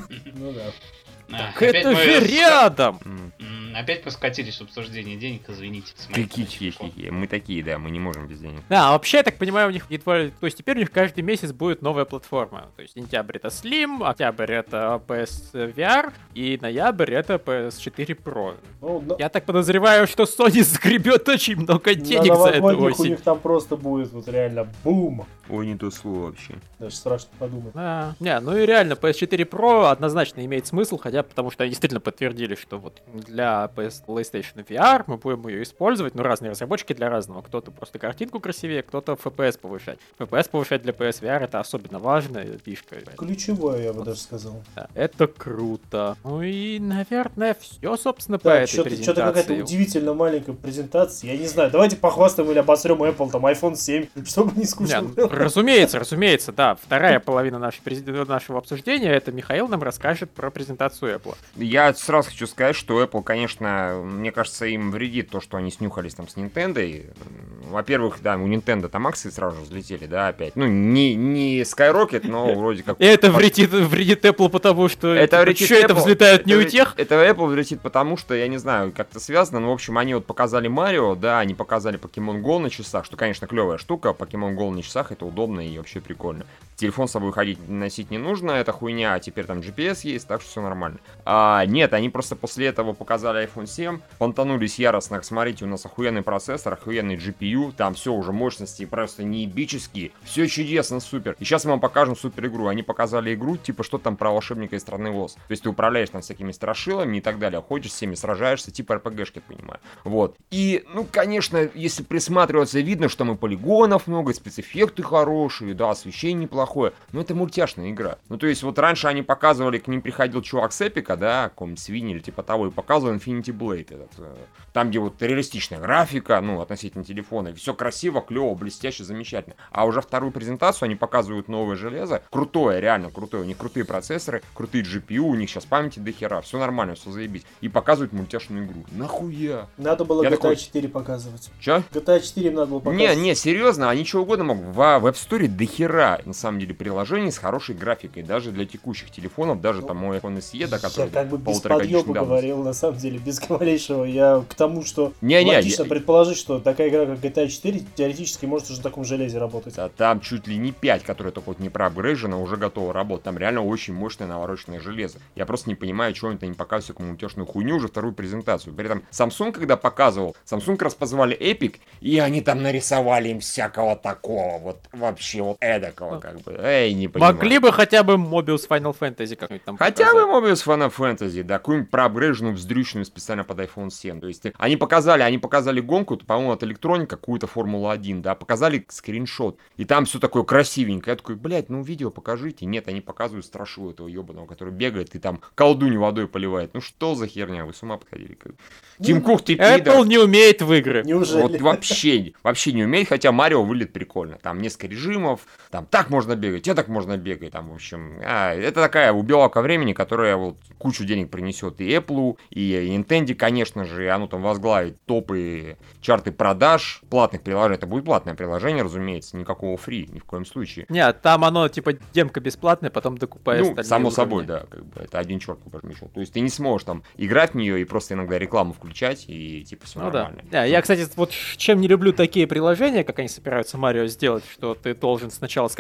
Speaker 2: Ну да.
Speaker 3: А,
Speaker 1: Так
Speaker 3: опять
Speaker 1: это
Speaker 3: мы
Speaker 1: же
Speaker 3: с-
Speaker 1: рядом!
Speaker 4: М.
Speaker 3: М, Опять поскатились в обсуждении денег, извините. с моей
Speaker 4: Какие
Speaker 3: точки.
Speaker 4: чехи? Мы такие, да, мы не можем без денег.
Speaker 1: Да, а вообще, я так понимаю, у них едва ли- То есть теперь у них каждый месяц будет новая платформа. То есть сентябрь это Slim, октябрь это пи эс ви ар, и ноябрь это пи эс четыре Pro.
Speaker 2: Ну, на-
Speaker 1: Я так подозреваю, что Sony загребет очень много
Speaker 2: на
Speaker 1: денег за эту
Speaker 2: новогодних у
Speaker 1: осень.
Speaker 2: них там просто будет вот реально бум.
Speaker 4: Ой, не то слово вообще.
Speaker 2: Даже страшно подумать.
Speaker 1: Да. Не, ну и реально, пи эс четыре Pro однозначно имеет смысл, хотя потому что они действительно подтвердили, что вот для пи эс PlayStation ви ар мы будем ее использовать, ну разные разработчики для разного. Кто-то просто картинку красивее, кто-то эф пи эс повышать. эф пи эс повышать для пи эс ви ар это особенно важная фишка.
Speaker 2: Ключевое, я бы даже сказал.
Speaker 1: Да, это круто. Ну и, наверное, все, собственно, по
Speaker 2: Да,
Speaker 1: этой
Speaker 2: что-то,
Speaker 1: презентации.
Speaker 2: что-то какая-то удивительно маленькая презентация. Я не знаю, давайте похвастаем или обосрем Apple, там, айфон семь, чтобы не скучно
Speaker 1: Не,
Speaker 2: было.
Speaker 1: разумеется, разумеется, да. Вторая половина нашей, презент- нашего обсуждения, это Михаил нам расскажет про презентацию Apple.
Speaker 4: Я сразу хочу сказать, что Apple, конечно, мне кажется, им вредит то, что они снюхались там с Nintendo. И, во-первых, да, у Nintendo там акции сразу же взлетели, да, опять. Ну, не, не Skyrocket, но вроде как...
Speaker 1: И это вредит, вредит Apple, потому что
Speaker 4: Это
Speaker 1: типа,
Speaker 4: вредит
Speaker 1: чё это
Speaker 4: Apple.
Speaker 1: взлетают не
Speaker 4: Это
Speaker 1: у
Speaker 4: вред-
Speaker 1: тех.
Speaker 4: Это Apple вредит, потому что, я не знаю, как-то связано, но, в общем, они вот показали Марио, да, они показали Pokemon Go на часах, что, конечно, клевая штука, Pokemon Go на часах, это удобно и вообще прикольно. Телефон с собой ходить, носить не нужно, это хуйня, а теперь там джи пи эс есть, так что все нормально. А, нет, они просто после этого показали айфон семь, понтанулись яростно, смотрите, у нас охуенный процессор, охуенный джи пи ю, там все уже мощности просто неебические, все чудесно, супер. И сейчас мы вам покажем супер игру. Они показали игру, типа, что там про волшебника из страны Оз. То есть ты управляешь там всякими страшилами и так далее, ходишь с всеми, сражаешься, типа эр пи гэшки, понимаю. Вот. И, ну, конечно, если присматриваться, видно, что там и полигонов много, и спецэффекты хорошие, да, освещение неплохое, но это мультяшная игра. Ну, то есть вот раньше они показывали, к ним приходил чувак с Эпика, да, какой-нибудь Свини или типа того, и показывал Infinity Blade этот, э, там, где вот реалистичная графика, ну, относительно телефона, все красиво, клево, блестяще, замечательно. А уже вторую презентацию они показывают новое железо, крутое, реально крутое, у них крутые процессоры, крутые джи пи ю, у них сейчас памяти до хера, все нормально, все заебись. И показывают мультяшную игру. Нахуя?
Speaker 2: Надо было
Speaker 4: Я
Speaker 2: джи ти эй
Speaker 4: такой-
Speaker 2: четыре показывать.
Speaker 4: Че?
Speaker 2: джи ти эй четыре им надо было
Speaker 4: Не,
Speaker 2: показывать.
Speaker 4: не, серьезно, они чего угодно могут. В App Store до хера, на самом деле, приложений с хорошей графикой, даже для текущих телефонов, даже
Speaker 2: Ну,
Speaker 4: там мой iPhone эс и, да, который
Speaker 2: Я как бы без
Speaker 4: полуторагодичной
Speaker 2: подъеба
Speaker 4: давности.
Speaker 2: говорил, на самом деле, без малейшего. Я к тому, что
Speaker 4: Не-не,
Speaker 2: логично
Speaker 4: я-
Speaker 2: предположить, что такая игра, как джи ти эй четыре, теоретически может уже на таком железе работать.
Speaker 4: Да, там чуть ли не пять, которое только вот не проапгрейжено, уже готово работать. Там реально очень мощное навороченное железо. Я просто не понимаю, чего они-то не показывают всякую мультяшную хуйню, уже вторую презентацию. При этом Samsung, когда показывал, Samsung раз позвали Epic, и они там нарисовали им всякого такого, вот вообще вот эдакого, как бы. Эй, не понимаю.
Speaker 1: Могли бы хотя бы Mobius Final Fantasy как-нибудь там
Speaker 4: Хотя бы
Speaker 1: показать.
Speaker 4: Mobius Final Fantasy, да, какую-нибудь проапгрейженную, вздрюченную специально под айфон семь. То есть они показали, они показали гонку, по-моему, от Electronic, какую-то Формулу один, да, показали скриншот. И там все такое красивенькое. Я такой, блядь, ну видео покажите. Нет, они показывают страшилу этого ебаного, который бегает и там колдунью водой поливает. Ну что за херня, вы с ума подходили? как? Тим Кук, ты
Speaker 1: Apple
Speaker 4: пидор.
Speaker 1: не умеет в игры.
Speaker 2: Неужели?
Speaker 4: Вот вообще, вообще не умеет, хотя Марио выглядит прикольно. Там несколько режимов, там так можно бегать, и так можно бегать. Там, в общем, а, это такая убивалка времени, которая вот кучу денег принесет и Apple, и Nintendo, конечно же, и оно там возглавит топы, чарты продаж платных приложений. Это будет платное приложение, разумеется, никакого фри, ни в коем случае.
Speaker 1: Нет, там оно типа демка бесплатная, потом докупаешь
Speaker 4: Ну,
Speaker 1: остальные
Speaker 4: само
Speaker 1: уровни.
Speaker 4: собой, да, как бы это один черт по большому счету. То есть ты не сможешь там играть в нее и просто иногда рекламу включать, и типа все
Speaker 1: Ну да.
Speaker 4: нормально.
Speaker 1: Да, я, кстати, вот чем не люблю такие приложения, как они собираются Марио сделать, что ты должен сначала скачать его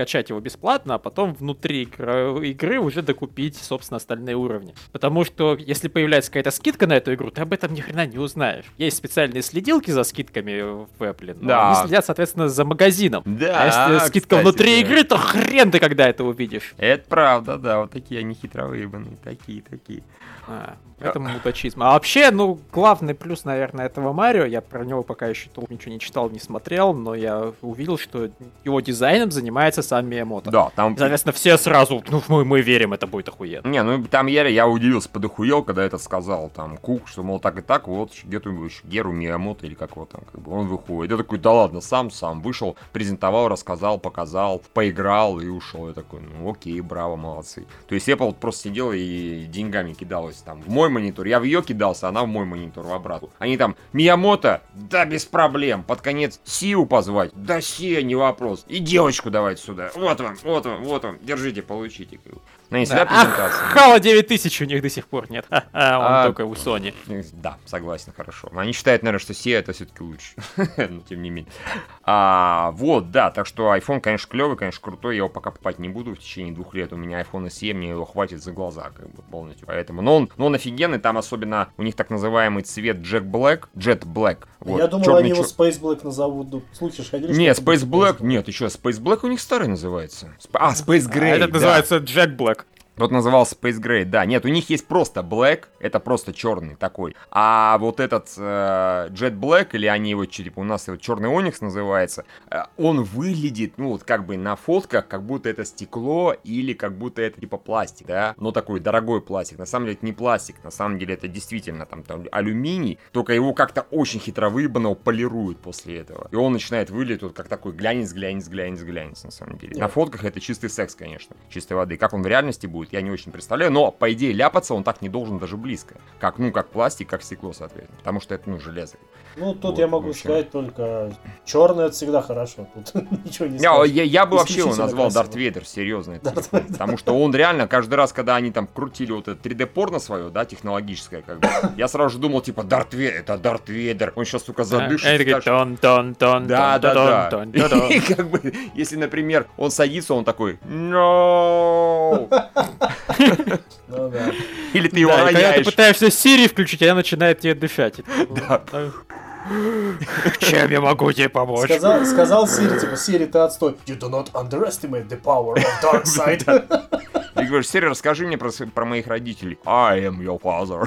Speaker 1: бесплатно, а потом внутри игры уже докупить, собственно, остальные уровни. Потому что если появляется какая-то скидка на эту игру, ты об этом ни хрена не узнаешь. Есть специальные следилки за скидками в Apple, но
Speaker 4: Да.
Speaker 1: они следят, соответственно, за магазином.
Speaker 4: Да,
Speaker 1: А если скидка
Speaker 4: кстати,
Speaker 1: внутри
Speaker 4: да.
Speaker 1: игры, то хрен ты когда это увидишь.
Speaker 4: Это правда, да, вот такие они хитровыебанные, такие, такие.
Speaker 1: А, это мудачизм. А вообще, ну, главный плюс, наверное, этого Марио, я про него пока еще толком ничего не читал, не смотрел, но я увидел, что его дизайном занимается сам Миямото.
Speaker 4: Да, там...
Speaker 1: Соответственно, все сразу, ну, мы, мы верим, это будет охуенно.
Speaker 4: Не, ну там я, я удивился, подохуел, когда это сказал, там, Кук, что, мол, так и так, вот, где-то Геру Миямото, или как его там, как бы, он выходит. Я такой, да ладно, сам, сам, вышел, презентовал, рассказал, показал, поиграл и ушел. Я такой, ну, окей, браво, молодцы. То есть Apple вот просто сидела и деньгами кидалась там в мой монитор, я в ее кидался, она в мой монитор, в обратку. Они там, Миямото, да без проблем, под конец Сиу позвать, да Сия, не вопрос. И девочку давайте сюда, вот вам, вот вам, вот вам, держите, получите. Ну, не всегда презентация.
Speaker 1: Хала девять тысяч у них до сих пор нет. А, он
Speaker 4: А,
Speaker 1: только у Sony.
Speaker 4: Да, согласен, хорошо. Они считают, наверное, что Сия это все-таки лучше. Но тем не менее. А, вот, да, так что iPhone, конечно, клевый, конечно, крутой. Я его пока покупать не буду в течение двух лет. У меня iPhone семь, мне его хватит за глаза, как бы, полностью. Поэтому, но он, но он офигенный, там особенно у них так называемый цвет Jet Black. Jet Black. Вот,
Speaker 2: Я думал,
Speaker 4: черный,
Speaker 2: они его
Speaker 4: чер-
Speaker 2: Space Black назовут. Ну, слушай, ходили,
Speaker 4: Нет,
Speaker 2: что это
Speaker 4: Space
Speaker 2: будет
Speaker 4: Black, нет, еще Space Black у них старый называется. Сп- А, Space
Speaker 1: А
Speaker 4: Gray,
Speaker 1: этот
Speaker 4: да.
Speaker 1: называется Jack Black.
Speaker 4: Тот назывался Space Gray, да. Нет, у них есть просто Black, это просто черный такой. А вот этот э, Jet Black, или они его, типа, у нас его черный Оникс называется, э, он выглядит, ну, вот как бы на фотках, как будто это стекло или как будто это типа пластик, да. Но такой дорогой пластик. На самом деле это не пластик, на самом деле это действительно там, там алюминий, только его как-то очень хитро выебано полируют после этого. И он начинает выглядеть вот как такой глянец, глянец, глянец, глянец, на самом деле. На фотках это чистый секс, конечно, чистой воды. Как он в реальности будет, я не очень представляю, но, по идее, ляпаться он так не должен даже близко. Как, ну, как пластик, как стекло, соответственно. Потому что это, ну, железо.
Speaker 2: Ну, тут
Speaker 4: Вот,
Speaker 2: я могу
Speaker 4: в общем.
Speaker 2: сказать только черный это всегда хорошо. Тут ничего не
Speaker 4: Я,
Speaker 2: скажешь.
Speaker 4: я, я бы вообще его
Speaker 2: Исключительно
Speaker 4: назвал
Speaker 2: красиво.
Speaker 4: Дарт Вейдер, серьезно. это
Speaker 2: Дарт
Speaker 4: телефон.
Speaker 2: Вейдер.
Speaker 4: Потому что он реально, каждый раз, когда они там крутили вот это три дэ-порно свое, да, технологическое, как бы, я сразу же думал, типа, Дарт Вейдер, это Дарт Вейдер. Он сейчас, сука, задышит.
Speaker 1: Это
Speaker 4: скажет,
Speaker 1: тон, тон, тон,
Speaker 4: Да,
Speaker 1: тон,
Speaker 4: да,
Speaker 1: тон,
Speaker 4: да.
Speaker 1: тон, тон.
Speaker 4: И как бы, если, например, он садится, он такой, no!
Speaker 2: Ну да.
Speaker 4: Или ты его
Speaker 1: Да, и когда ты
Speaker 4: роняешь.
Speaker 1: пытаешься Siri включить, она начинает тебе дышать. И ты,
Speaker 4: Да.
Speaker 1: Чем я могу тебе помочь?
Speaker 2: Сказал, сказал Сири, типа, Сири, ты отстой. You do not underestimate the power of dark side.
Speaker 4: Ты говоришь, Сири, расскажи мне про, с- про моих родителей. I am your father.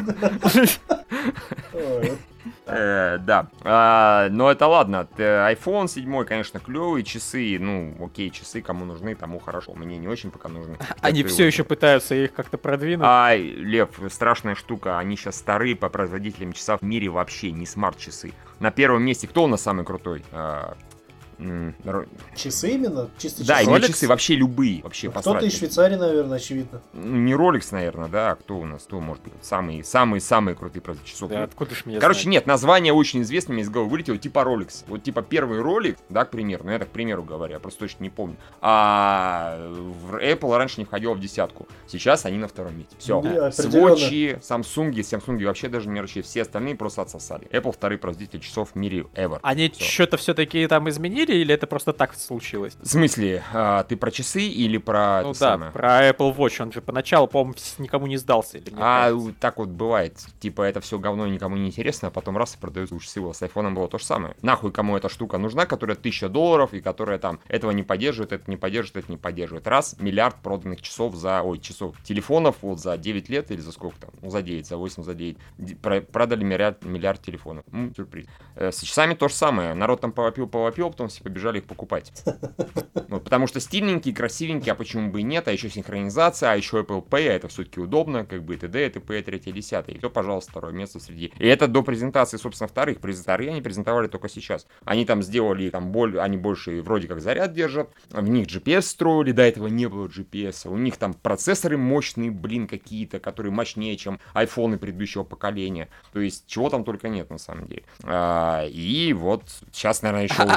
Speaker 2: Ой.
Speaker 4: Э, Да, А, но это ладно. Т- iPhone семь, конечно, клевый, часы, ну, окей, часы кому нужны, тому хорошо. Мне не очень пока нужны.
Speaker 1: Они
Speaker 4: Это
Speaker 1: все
Speaker 4: вот.
Speaker 1: еще пытаются их как-то продвинуть.
Speaker 4: Ай, Лев, страшная штука, они сейчас старые по производителям часов в мире вообще, не смарт-часы. На первом месте кто у нас самый крутой? А, м, ро-
Speaker 2: Часы именно? Чисто
Speaker 4: Да,
Speaker 2: часы?
Speaker 4: именно
Speaker 1: Rolex?
Speaker 4: часы, вообще любые, вообще
Speaker 2: Кто-то
Speaker 4: посрать.
Speaker 2: из Швейцарии, наверное, очевидно.
Speaker 4: Ну, не Rolex, наверное, да, а кто у нас, кто может быть самые, самые, самые крутые производители часов.
Speaker 1: Да, откуда ж мне
Speaker 4: Короче,
Speaker 1: знать?
Speaker 4: нет, название очень известное, мне из головы вылетело, типа Rolex. Вот типа первый Rolex, да, к примеру, ну я так к примеру говорю, я просто точно не помню. А в Apple раньше не входила в десятку. Сейчас они на втором месте. Все.
Speaker 2: Да, определенно.
Speaker 4: Swatch, Samsung, Samsung вообще даже не ручей, все остальные просто отсосали. Apple второй производитель часов в мире ever.
Speaker 1: Они
Speaker 4: Всё.
Speaker 1: что-то все-таки там изменили, или это просто так случилось?
Speaker 4: В смысле, а, ты про часы или про
Speaker 1: Ну
Speaker 4: это
Speaker 1: да,
Speaker 4: самое?
Speaker 1: про Apple Watch, он же поначалу, по-моему, вс- никому не сдался. Или мне
Speaker 4: А
Speaker 1: кажется.
Speaker 4: вот так вот бывает. Типа это все говно никому не интересно, а потом раз и продают лучше всего. С айфоном было то же самое. Нахуй кому эта штука нужна, которая тысяча долларов и которая там этого не поддерживает, это не поддерживает, это не поддерживает. Раз, миллиард проданных часов за, ой, часов, телефонов вот за девять лет или за сколько там, ну за девять, за восемь, за девять. Д- про- Продали миллиард, миллиард телефонов. М, сюрприз. Э, С часами то же самое. Народ там повопил, повопил, потом все побежали их покупать. Вот, потому что стильненькие, красивенькие, а почему бы и нет, а еще синхронизация, а еще Apple Pay, а это все-таки удобно, как бы и т.д., и т.п., третье, десятое. И все, пожалуйста, второе место среди. И это до презентации, собственно, вторых. Вторые они презентовали только сейчас. Они там сделали, там, боль, они больше вроде как заряд держат, в них джи пи эс строили, до этого не было джи пи эс, у них там процессоры мощные, блин, какие-то, которые мощнее, чем айфоны предыдущего поколения. То есть, чего там только нет, на самом деле. А, и вот сейчас, наверное, еще...
Speaker 1: А, а время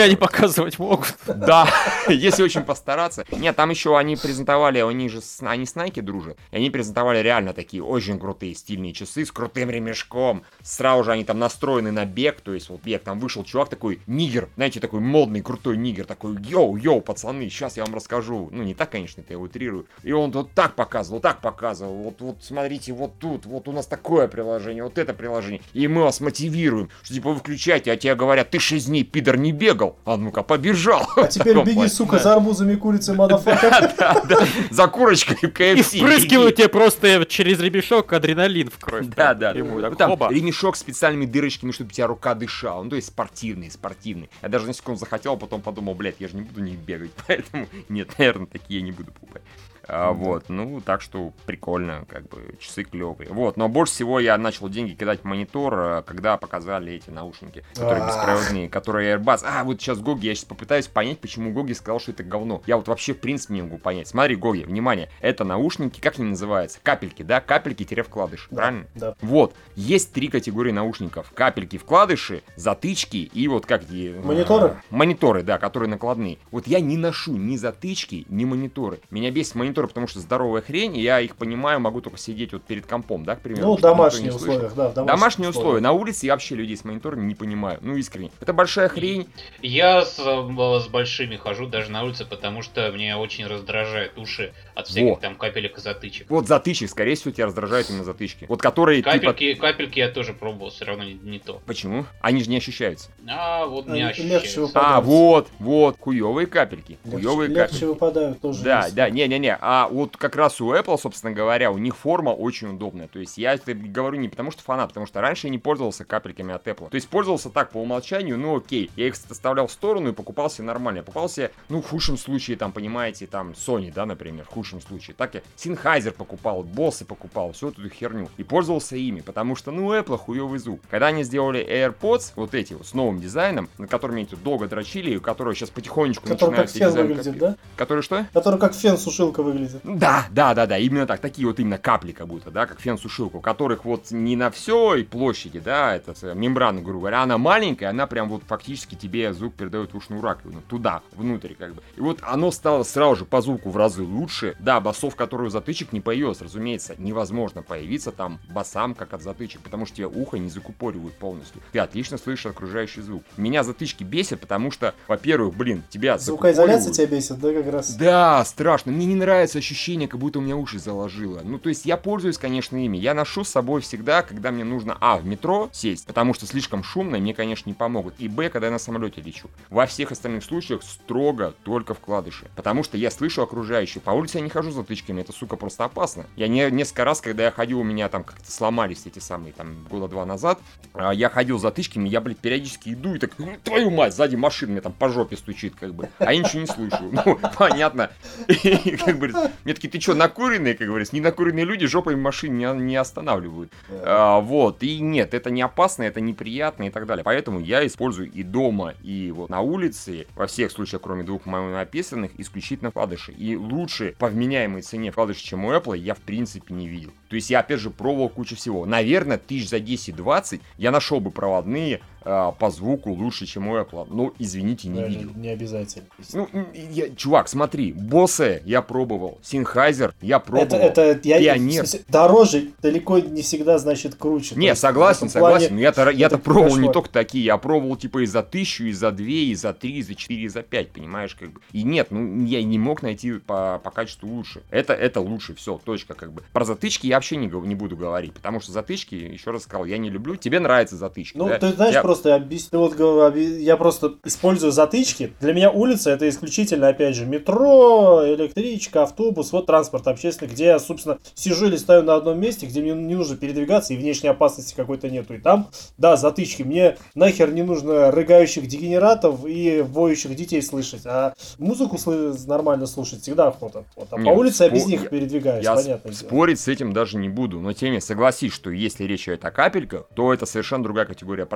Speaker 1: они показывать могут.
Speaker 4: Да, если очень постараться. Нет, там еще они презентовали, они же с, они с Nike дружат, и они презентовали реально такие очень крутые стильные часы с крутым ремешком. Сразу же они там настроены на бег, то есть вот бег, там вышел чувак такой, нигер, знаете, такой модный, крутой нигер, такой, йоу, йоу, пацаны, сейчас я вам расскажу. Ну, не так, конечно, это я утрирую. И он вот так показывал, так показывал, вот, вот смотрите, вот тут, вот у нас такое приложение, вот это приложение, и мы вас мотивируем, что типа вы включаете, а тебе говорят, ты шесть дней, пидор, не бегал, а ну-ка, побежал.
Speaker 2: А теперь беги, сука, за арбузами, курицей, мадафака.
Speaker 4: Да, да, за курочкой в ка эф си.
Speaker 1: И впрыскивают тебе просто через ремешок адреналин в кровь.
Speaker 4: Да, да. Там ремешок с специальными дырочками, чтобы у тебя рука дышала, ну то есть спортивный, спортивный. Я даже на секунду захотел, а потом подумал, блядь, я же не буду них бегать, поэтому нет, наверное, такие я не буду покупать. А, вот, ну, так что прикольно, как бы, часы клевые. Вот, но больше всего я начал деньги кидать в монитор, когда показали эти наушники, которые беспроводные, которые Airbus. А, вот сейчас Гоги, я сейчас попытаюсь понять, почему Гоги сказал, что это говно. Я вот вообще, в принципе, не могу понять. Смотри, Гоги, внимание, это наушники, как они называются? Капельки, да? Капельки-вкладыши, да, правильно?
Speaker 2: Да.
Speaker 4: Вот, есть три категории наушников. Капельки-вкладыши, затычки и вот как эти...
Speaker 2: Мониторы?
Speaker 4: Мониторы, да, которые накладные. Вот я не ношу ни затычки, ни мониторы. Меня бесит монитор, потому что здоровая хрень, и я их понимаю, могу только сидеть вот перед компом, да, к примеру.
Speaker 2: Ну, в домашних условиях, да, в домашних,
Speaker 4: домашние условия. На улице я вообще людей с мониторами не понимаю, ну, искренне. Это большая хрень.
Speaker 3: Я с, с большими хожу даже на улице, потому что меня очень раздражают уши от всяких вот. Там капелек и затычек.
Speaker 4: Вот затычек, скорее всего, тебя раздражают именно затычки. Вот которые
Speaker 3: капельки,
Speaker 4: типа...
Speaker 3: Капельки я тоже пробовал, все равно не, не то.
Speaker 4: Почему? Они же не ощущаются.
Speaker 3: А, вот не
Speaker 2: ощущаются.
Speaker 4: А, вот, вот, хуёвые капельки.
Speaker 2: Легче,
Speaker 4: хуёвые
Speaker 2: легче
Speaker 4: капельки.
Speaker 2: выпадают тоже.
Speaker 4: Да,
Speaker 2: есть.
Speaker 4: да, не-не-не. А вот как раз у Apple, собственно говоря, у них форма очень удобная. То есть я это говорю не потому, что фанат, потому что раньше я не пользовался капельками от Apple. То есть пользовался так по умолчанию, ну окей. Я их оставлял в сторону и покупал себе нормально. Я покупал себе, ну в худшем случае, там, понимаете, там Sony, да, например, в худшем случае. Так я Sennheiser покупал, Bose покупал, всю эту херню. И пользовался ими, потому что, ну, Apple хуёвый звук. Когда они сделали AirPods, вот эти вот, с новым дизайном, на которыми они тут долго дрочили, и которые сейчас потихонечку
Speaker 2: который
Speaker 4: начинают...
Speaker 2: Который как фен выглядит, копи... да?
Speaker 4: Который что?
Speaker 2: Который как фен-сушилка выглядит.
Speaker 4: Да, да, да, да, именно так. Такие вот именно капли как будто, да, как фен-сушилка, у которых вот не на всей площади, да, это мембрана, грубо говоря, она маленькая, она прям вот фактически тебе звук передает в ушную раковину, туда, внутрь как бы. И вот оно стало сразу же по звуку в разы лучше. Да, басов, которые у затычек не появилось, разумеется, невозможно появиться там басам, как от затычек, потому что тебе ухо не закупоривают полностью. Ты отлично слышишь окружающий звук. Меня затычки бесят, потому что, во-первых, блин, тебя
Speaker 2: звукоизоляция тебя бесит, да, как раз?
Speaker 4: Да, страшно. Мне не нравится ощущение, как будто у меня уши заложило. Ну, то есть я пользуюсь, конечно, ими. Я ношу с собой всегда, когда мне нужно, а, в метро сесть, потому что слишком шумно, и мне, конечно, не помогут. И, б, когда я на самолете лечу. Во всех остальных случаях строго только вкладыши. Потому что я слышу окружающие. По улице я не хожу затычками, это, сука, просто опасно. Я не, несколько раз, когда я ходил, у меня там как-то сломались эти самые, там, года два назад, я ходил затычками, я, блядь, периодически иду и так, твою мать, сзади машина мне там по жопе стучит, как бы. А я ничего не слышу. Ну, понятно. И, как бы, мне такие, ты что, накуренные, как говорится? Ненакуренные люди жопой машин не, не останавливают. А, вот. И нет, это не опасно, это неприятно и так далее. Поэтому я использую и дома, и вот на улице, во всех случаях, кроме двух моих описанных, исключительно вкладыши. И лучше по вменяемой цене вкладыши, чем у Apple, я в принципе не видел. То есть я опять же пробовал кучу всего. Наверное, тысяч за десять-двадцать я нашел бы проводные э, по звуку лучше, чем у Apple. Но, извините, не
Speaker 2: Даже
Speaker 4: видел.
Speaker 2: Не обязательно.
Speaker 4: Ну, я, чувак, смотри, Bose я пробовал, Sennheiser я пробовал,
Speaker 2: это, это, я,
Speaker 4: Pioneer.
Speaker 2: В смысле, дороже далеко не всегда значит круче.
Speaker 4: Не, согласен, согласен. Плане... Я-то, я-то пробовал кошмар. Не только такие. Я пробовал типа и за тысячу, и за две, и за три, и за четыре, и за пять, понимаешь, как бы. И нет, ну я не мог найти по, по качеству лучше. Это, это лучше, все, точка, как бы. Про затычки я вообще не, не буду говорить, потому что затычки, еще раз сказал, я не люблю. Тебе нравятся затычки.
Speaker 2: Ну,
Speaker 4: да?
Speaker 2: ты знаешь,
Speaker 4: я...
Speaker 2: просто ты вот, я просто использую затычки. Для меня улица это исключительно, опять же, метро, электричка, автобус, вот транспорт общественный, где я, собственно, сижу или стою на одном месте, где мне не нужно передвигаться и внешней опасности какой-то нету. И там, да, затычки. Мне нахер не нужно рыгающих дегенератов и воющих детей слышать, а музыку нормально слушать всегда охота. Вот. А Нет, по улице спор... я без них я, передвигаюсь,
Speaker 4: я
Speaker 2: понятно.
Speaker 4: Спорить с этим даже не буду, но теми согласись, что если речь идет о капельках, то это совершенно другая категория продуктов. И сразу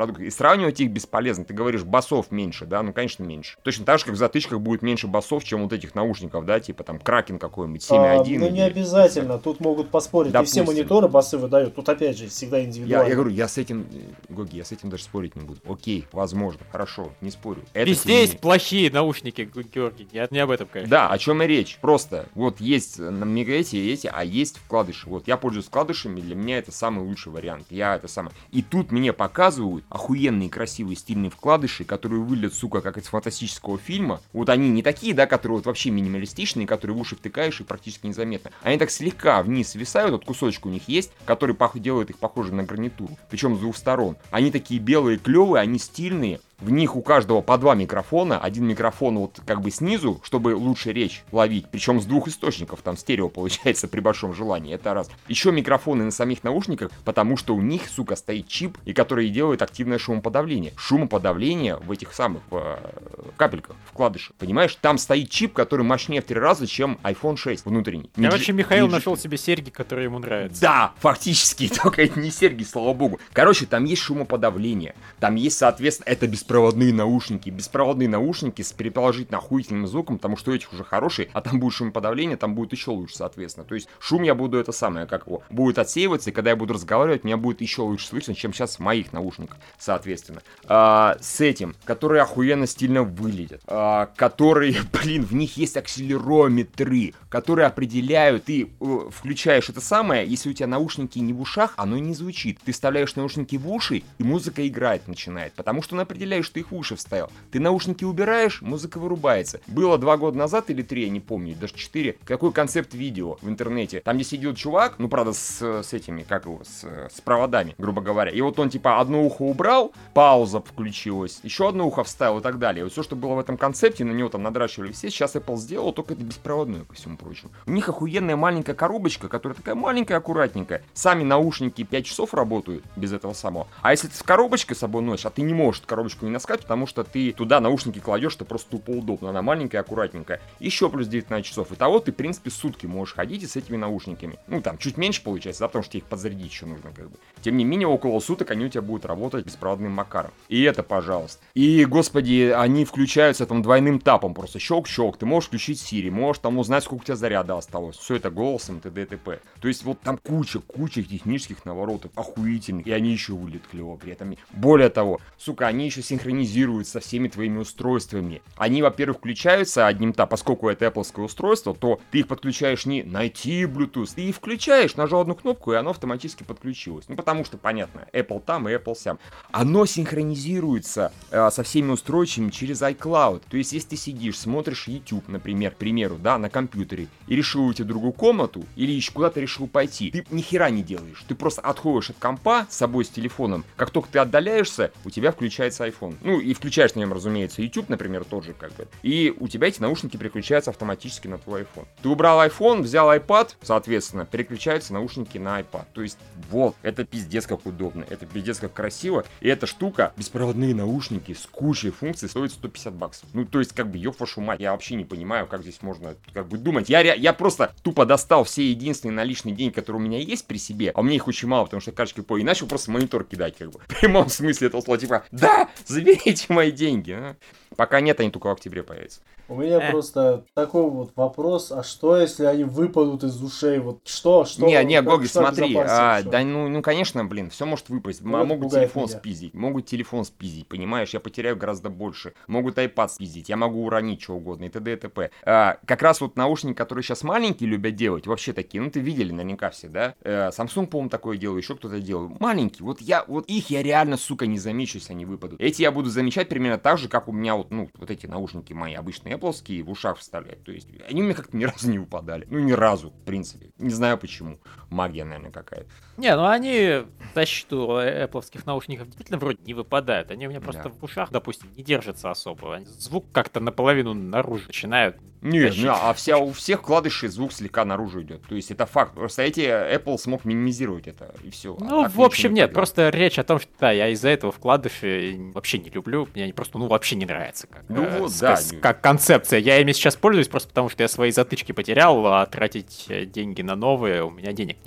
Speaker 4: сравнивать их бесполезно. Ты говоришь, басов меньше, да, ну, конечно, меньше. Точно так же, как в затычках будет меньше басов, чем вот этих наушников, да, типа там Кракен какой-нибудь, семь один.
Speaker 2: А, ну, не обязательно, тут могут поспорить, и все мониторы басы выдают, тут опять же всегда индивидуально.
Speaker 4: Я, я говорю, я с этим, Гоги, я с этим даже спорить не буду. Окей, возможно, хорошо, не спорю. Это
Speaker 1: Везде есть плохие наушники, Георгий, я не об этом, конечно.
Speaker 4: Да, о чем и речь. Просто, вот есть на эти, эти, а есть вкладыши. Вот я пользуюсь вкладышами, для меня это самый лучший вариант. Я это самое. И тут мне показывают охуенные, красивые, стильные вкладыши, которые выглядят, сука, как из фантастического фильма. Вот они не такие, да, которые вот вообще минималистичные, которые в уши втыкаешь и практически незаметно. Они так слегка вниз свисают, вот кусочек у них есть, который делает их похожими на гарнитуру. Причем с двух сторон. Они такие белые, клевые, они стильные. В них у каждого по два микрофона. Один микрофон вот как бы снизу, чтобы лучше речь ловить. Причем с двух источников. Там стерео получается при большом желании. Это раз. Еще микрофоны на самих наушниках, потому что у них, сука, стоит чип, и который делает активное шумоподавление. Шумоподавление в этих самых в, в капельках, вкладышах. Понимаешь? Там стоит чип, который мощнее в три раза, чем айфон шесть внутренний.
Speaker 1: Короче, Михаил нашел себе серьги, которые ему нравятся.
Speaker 4: Да, фактически. Только это не серьги, слава богу. Короче, там есть шумоподавление. Там есть, соответственно, это беспроводные беспроводные наушники. Беспроводные наушники с переположительно охуительным звуком, потому что у этих уже хороший, а там будет шумоподавление, там будет еще лучше, соответственно. То есть шум я буду это самое, как его, будет отсеиваться, и когда я буду разговаривать, меня будет еще лучше слышно, чем сейчас в моих наушниках, соответственно. А, с этим, которые охуенно стильно выглядят, а, которые, блин, в них есть акселерометры, которые определяют, ты э, включаешь это самое, если у тебя наушники не в ушах, оно не звучит. Ты вставляешь наушники в уши, и музыка играть начинает, потому что он определяет, что ты их в уши вставил. Ты наушники убираешь, музыка вырубается. Было два года назад или три, я не помню, даже четыре, какой концепт видео в интернете. Там, где сидел чувак, ну, правда, с, с этими, как его, с, с проводами, грубо говоря. И вот он, типа, одно ухо убрал, пауза включилась, еще одно ухо вставил и так далее. Вот все, что было в этом концепте, на него там надрачивали все. Сейчас Apple сделал, только это беспроводное, ко всему прочему. У них охуенная маленькая коробочка, которая такая маленькая, аккуратненькая. Сами наушники пять часов работают без этого самого. А если ты с коробочкой с собой носишь, а ты не можешь коробочку не наскать, потому что ты туда наушники кладешь, что просто тупо удобно. Она маленькая, аккуратненькая. Еще плюс девятнадцать часов. Итого ты, в принципе, сутки можешь ходить и с этими наушниками. Ну, там, чуть меньше получается, да, потому что тебе их подзарядить еще нужно, как бы. Тем не менее, около суток они у тебя будут работать беспроводным макаром. И это, пожалуйста. И, господи, они включаются там двойным тапом. Просто щелк-щелк. Ты можешь включить Siri, можешь там узнать, сколько у тебя заряда осталось. Все это голосом, т.д. и т.п. То есть, вот там куча, куча технических наворотов. Охуительных. И они еще выглядят клево при этом. Более того, сука, они еще синхронизируют со всеми твоими устройствами. Они, во-первых, включаются одним тапом, поскольку это Apple'ское устройство, то ты их подключаешь не найти Bluetooth, ты их включаешь, нажал одну кнопку, и оно автоматически подключилось. Ну, потому что, понятно, Apple там и Apple сям. Оно синхронизируется э, со всеми устройствами через iCloud. То есть, если ты сидишь, смотришь YouTube, например, к примеру, да, на компьютере, и решил уйти в другую комнату, или еще куда-то решил пойти, ты ни хера не делаешь. Ты просто отходишь от компа с собой, с телефоном. Как только ты отдаляешься, у тебя включается iPhone. Ну, и включаешь на нем, разумеется, YouTube, например, тот же, как бы. И у тебя эти наушники переключаются автоматически на твой iPhone. Ты убрал iPhone, взял iPad, соответственно, переключаются наушники на iPad. То есть, вот, это пиздец как удобно, это пиздец как красиво. И эта штука, беспроводные наушники с кучей функций, стоит сто пятьдесят баксов. Ну, то есть, как бы, ёб вашу мать, я вообще не понимаю, как здесь можно, как бы, думать. Я, я просто тупо достал все единственные наличные деньги, которые у меня есть при себе, а у меня их очень мало, потому что карточки по, и начал просто монитор кидать, как бы. В прямом смысле этого слова, типа, да, заберите мои деньги, а? Пока нет, они только в октябре появятся.
Speaker 2: У меня э. просто такой вот вопрос, а что, если они выпадут из ушей? Вот что, что?
Speaker 4: Не, не, Гоги, смотри, а, да, ну, ну, конечно, блин, все может выпасть. Ну, могут телефон меня. спиздить, могут телефон спиздить, понимаешь, я потеряю гораздо больше. Могут iPad спиздить, я могу уронить что угодно, и т.д. и т.п. А, как раз вот наушники, которые сейчас маленькие любят делать, вообще такие, ну, ты видели наверняка все, да? Э, Samsung, по-моему, такое делает, еще кто-то делает. Маленькие, вот я, вот их я реально, сука, не замечу, если они выпадут. Эти я буду замечать примерно так же, как у меня вот, ну, вот эти наушники мои обычные Apple'ские в ушах вставлять. То есть они у меня как-то ни разу не выпадали. Ну, ни разу, в принципе. Не знаю почему. Магия, наверное, какая-то.
Speaker 1: Не, ну они в защиту Apple'ских наушников действительно вроде не выпадают. Они у меня просто да. в ушах, допустим, не держатся особо. Звук как-то наполовину наружу начинают.
Speaker 4: Нет, не, а вся, у всех вкладышей звук слегка наружу идет. То есть это факт. Просто эти Apple смог минимизировать это, и все.
Speaker 1: Ну, а в общем, нет. Просто речь о том, что да, я из-за этого вкладыши вообще не люблю. Мне они просто, ну, вообще не нравятся. Как,
Speaker 4: ну
Speaker 1: э,
Speaker 4: вот,
Speaker 1: с,
Speaker 4: да.
Speaker 1: С, как концепция. Я ими сейчас пользуюсь просто потому, что я свои затычки потерял, а тратить деньги на новые у меня денег нет.